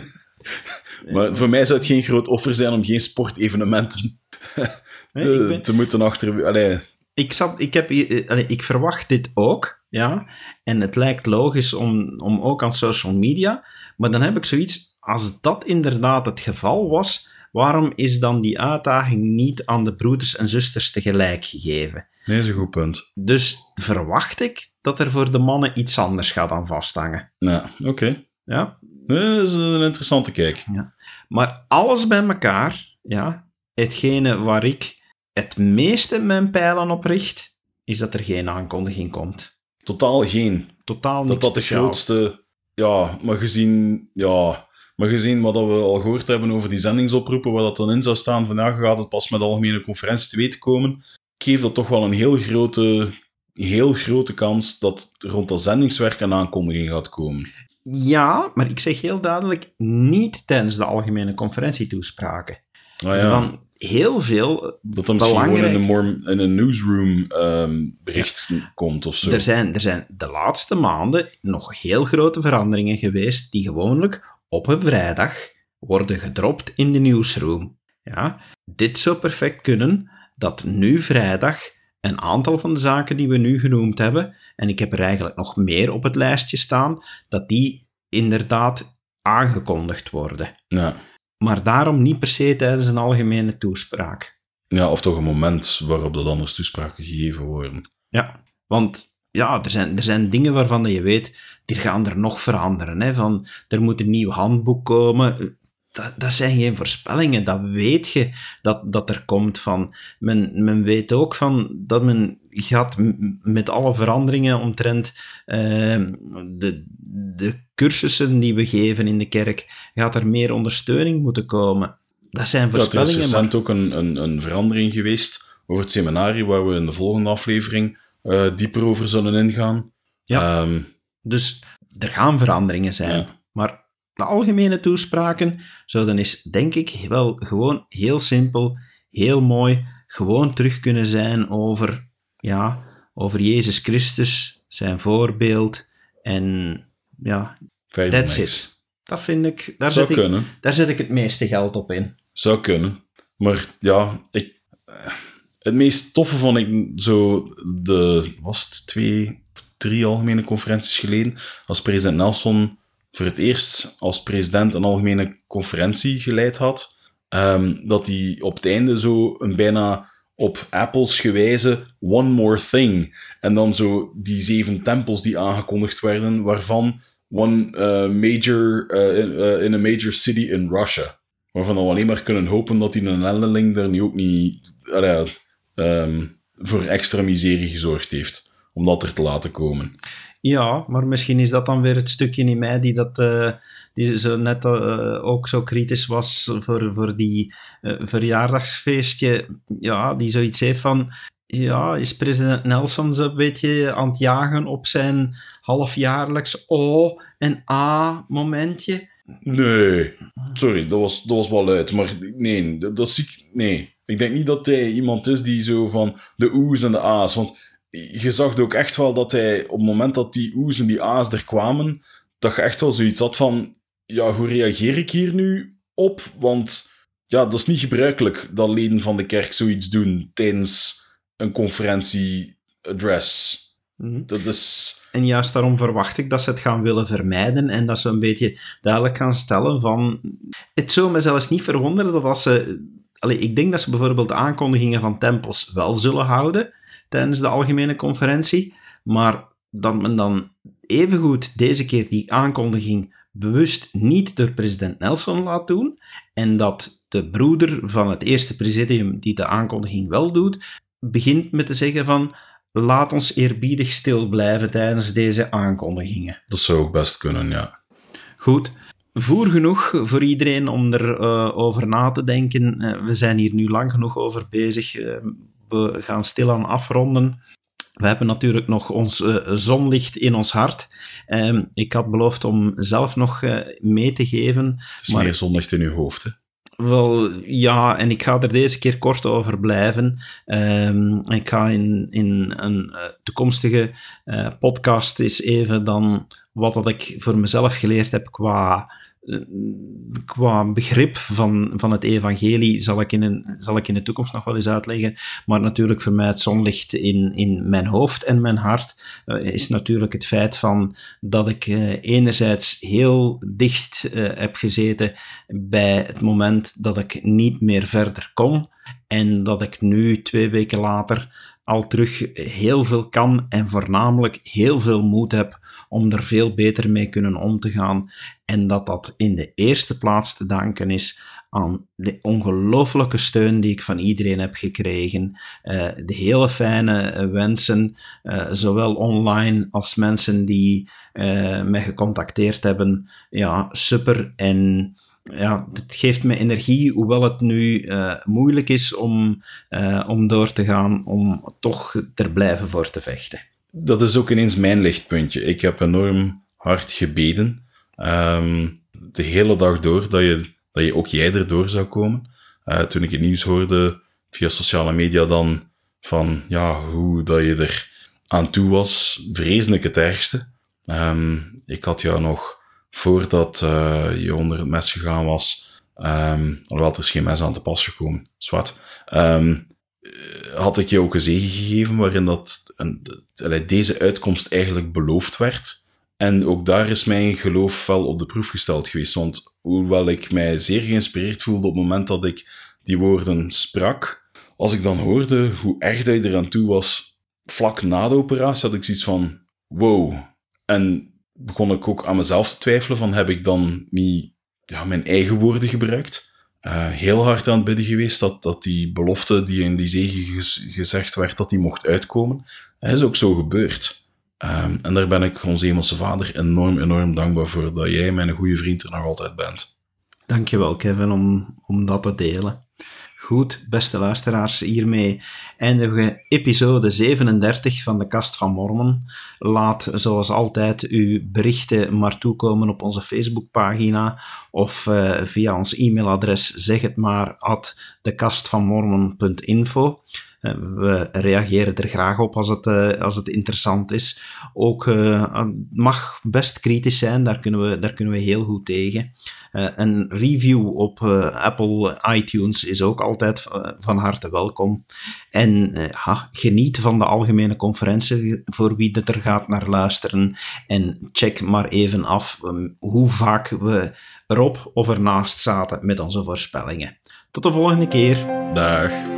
Maar ja. Voor mij zou het geen groot offer zijn om geen sportevenementen te, nee, ik ben... te moeten achter... Allee. Ik, zat, ik, heb, allee, ik verwacht dit ook, ja. En het lijkt logisch om, om ook aan social media... Maar dan heb ik zoiets, als dat inderdaad het geval was, waarom is dan die uitdaging niet aan de broeders en zusters tegelijk gegeven? Nee, dat is een goed punt. Dus verwacht ik dat er voor de mannen iets anders gaat aan vasthangen. Ja, oké. Okay. Ja. Nee, dat is een interessante kijk. Ja. Maar alles bij elkaar, ja, hetgene waar ik het meeste mijn pijlen op richt, is dat er geen aankondiging komt. Totaal geen. Totaal niks Dat dat de speciaal. grootste... Ja, maar gezien, ja, maar gezien wat we al gehoord hebben over die zendingsoproepen, waar dat dan in zou staan, vandaag gaat het pas met de algemene conferentie te weten komen, ik geef dat toch wel een heel grote, heel grote kans dat rond dat zendingswerk een aankondiging gaat komen. Ja, maar ik zeg heel duidelijk, niet tijdens de algemene conferentietoespraken. Ah, ja. Van heel veel dat dan misschien belangrijk... gewoon in een, more, in een newsroom um, bericht ja. komt of zo. Er zijn, er zijn de laatste maanden nog heel grote veranderingen geweest die gewoonlijk op een vrijdag worden gedropt in de newsroom. Ja, dit zou perfect kunnen dat nu vrijdag een aantal van de zaken die we nu genoemd hebben, en ik heb er eigenlijk nog meer op het lijstje staan, dat die inderdaad aangekondigd worden. Ja. Maar daarom niet per se tijdens een algemene toespraak. Ja, of toch een moment waarop er anders toespraken gegeven worden. Ja, want ja, er zijn, er zijn dingen waarvan je weet, die gaan er nog veranderen. Hè? Van, er moet een nieuw handboek komen. Dat, dat zijn geen voorspellingen, dat weet je dat, dat er komt van. Men, men weet ook van dat men gaat m- met alle veranderingen omtrent uh, de, de cursussen die we geven in de kerk, gaat er meer ondersteuning moeten komen. Dat zijn voorspellingen. Ja, er is recent maar... ook een, een, een verandering geweest over het seminarie, waar we in de volgende aflevering uh, dieper over zullen ingaan. Ja, um, dus er gaan veranderingen zijn, ja. Maar de algemene toespraken zouden eens, denk ik, wel gewoon heel simpel, heel mooi, gewoon terug kunnen zijn over, ja, over Jezus Christus, zijn voorbeeld en ja, Fijn that's nice. it. Dat vind ik, daar Zou zet kunnen. ik, daar zet ik het meeste geld op in. Zou kunnen. Maar ja, ik, het meest toffe vond ik zo de, was het twee, drie algemene conferenties geleden, als president Nelson voor het eerst als president een algemene conferentie geleid had, um, dat hij op het einde zo een bijna op Apples gewijze one more thing, en dan zo die zeven tempels die aangekondigd werden, waarvan one uh, major, uh, in, uh, in a major city in Russia, waarvan we alleen maar kunnen hopen dat die een ellendeling er nu ook niet uh, um, voor extra miserie gezorgd heeft, om dat er te laten komen. Ja, maar misschien is dat dan weer het stukje in mij die, dat, uh, die zo net uh, ook zo kritisch was voor, voor die uh, verjaardagsfeestje. Ja, die zoiets heeft van... Ja, is president Nelson zo'n beetje aan het jagen op zijn halfjaarlijks O- en A-momentje? Nee, sorry, dat was, dat was wel luid. Maar nee, dat, dat zie ik... Nee, ik denk niet dat hij iemand is die zo van de oe's en de a's... Want je zag ook echt wel dat hij, op het moment dat die oe's en die a's er kwamen, dat je echt wel zoiets had van, ja, hoe reageer ik hier nu op? Want ja, dat is niet gebruikelijk dat leden van de kerk zoiets doen tijdens een conferentie-address. Mm-hmm. Dat is... En juist daarom verwacht ik dat ze het gaan willen vermijden en dat ze een beetje duidelijk gaan stellen van... Het zou me zelfs niet verwonderen dat als ze... Allee, ik denk dat ze bijvoorbeeld de aankondigingen van tempels wel zullen houden tijdens de algemene conferentie, maar dat men dan evengoed deze keer die aankondiging bewust niet door president Nelson laat doen en dat de broeder van het eerste presidium die de aankondiging wel doet, begint met te zeggen van laat ons eerbiedig stil blijven tijdens deze aankondigingen. Dat zou ook best kunnen, ja. Goed. Voer genoeg voor iedereen om erover uh, over na te denken. Uh, we zijn hier nu lang genoeg over bezig. Uh, we gaan stilaan afronden. We hebben natuurlijk nog ons uh, zonlicht in ons hart. Um, ik had beloofd om zelf nog uh, mee te geven. Het is maar... meer zonlicht in uw hoofd, hè? Wel, ja, en ik ga er deze keer kort over blijven. Um, ik ga in, in een uh, toekomstige uh, podcast eens even dan wat dat ik voor mezelf geleerd heb qua, uh, qua begrip van, van het evangelie, zal ik, in een, zal ik in de toekomst nog wel eens uitleggen. Maar natuurlijk voor mij het zonlicht in, in mijn hoofd en mijn hart uh, is natuurlijk het feit van dat ik uh, enerzijds heel dicht uh, heb gezeten bij het moment dat ik niet meer verder kon en dat ik nu twee weken later al terug heel veel kan en voornamelijk heel veel moed heb om er veel beter mee kunnen om te gaan en dat dat in de eerste plaats te danken is aan de ongelooflijke steun die ik van iedereen heb gekregen, uh, de hele fijne wensen, uh, zowel online als mensen die uh, mij gecontacteerd hebben. Ja, super. En ja, het geeft me energie, hoewel het nu uh, moeilijk is om, uh, om door te gaan, om toch er blijven voor te vechten. Dat is ook ineens mijn lichtpuntje. Ik heb enorm hard gebeden, um, de hele dag door, dat je, dat je ook jij erdoor zou komen. Uh, toen ik het nieuws hoorde via sociale media dan van ja, hoe dat je er aan toe was, vreesde ik het ergste. Um, ik had jou nog, voordat uh, je onder het mes gegaan was, um, alhoewel er is geen mes aan te pas gekomen, zwart, um, had ik je ook een zegen gegeven waarin dat, een, deze uitkomst eigenlijk beloofd werd. En ook daar is mijn geloof wel op de proef gesteld geweest, want hoewel ik mij zeer geïnspireerd voelde op het moment dat ik die woorden sprak, als ik dan hoorde hoe erg dat je eraan toe was, vlak na de operatie, had ik zoiets van, wow. En begon ik ook aan mezelf te twijfelen van, heb ik dan niet ja, mijn eigen woorden gebruikt? Uh, heel hard aan het bidden geweest dat, dat die belofte die in die zegen gez- gezegd werd, dat die mocht uitkomen. Dat is ook zo gebeurd. Um, en daar ben ik onze hemelse Vader enorm, enorm dankbaar voor, dat jij mijn goede vriend er nog altijd bent. Dankjewel, Kevin, om, om dat te delen. Goed, beste luisteraars, hiermee eindigen we episode zevenendertig van de Kast van Mormon. Laat zoals altijd uw berichten maar toekomen op onze Facebookpagina of uh, via ons e-mailadres zeg het maar at dekastvanmormon punt info. Uh, we reageren er graag op als het, uh, als het interessant is. Ook uh, mag best kritisch zijn, daar kunnen we, daar kunnen we heel goed tegen. Uh, een review op uh, Apple iTunes is ook altijd uh, van harte welkom. En uh, ha, geniet van de algemene conferentie voor wie dit er gaat naar luisteren. En check maar even af um, hoe vaak we erop of ernaast zaten met onze voorspellingen. Tot de volgende keer. Dag.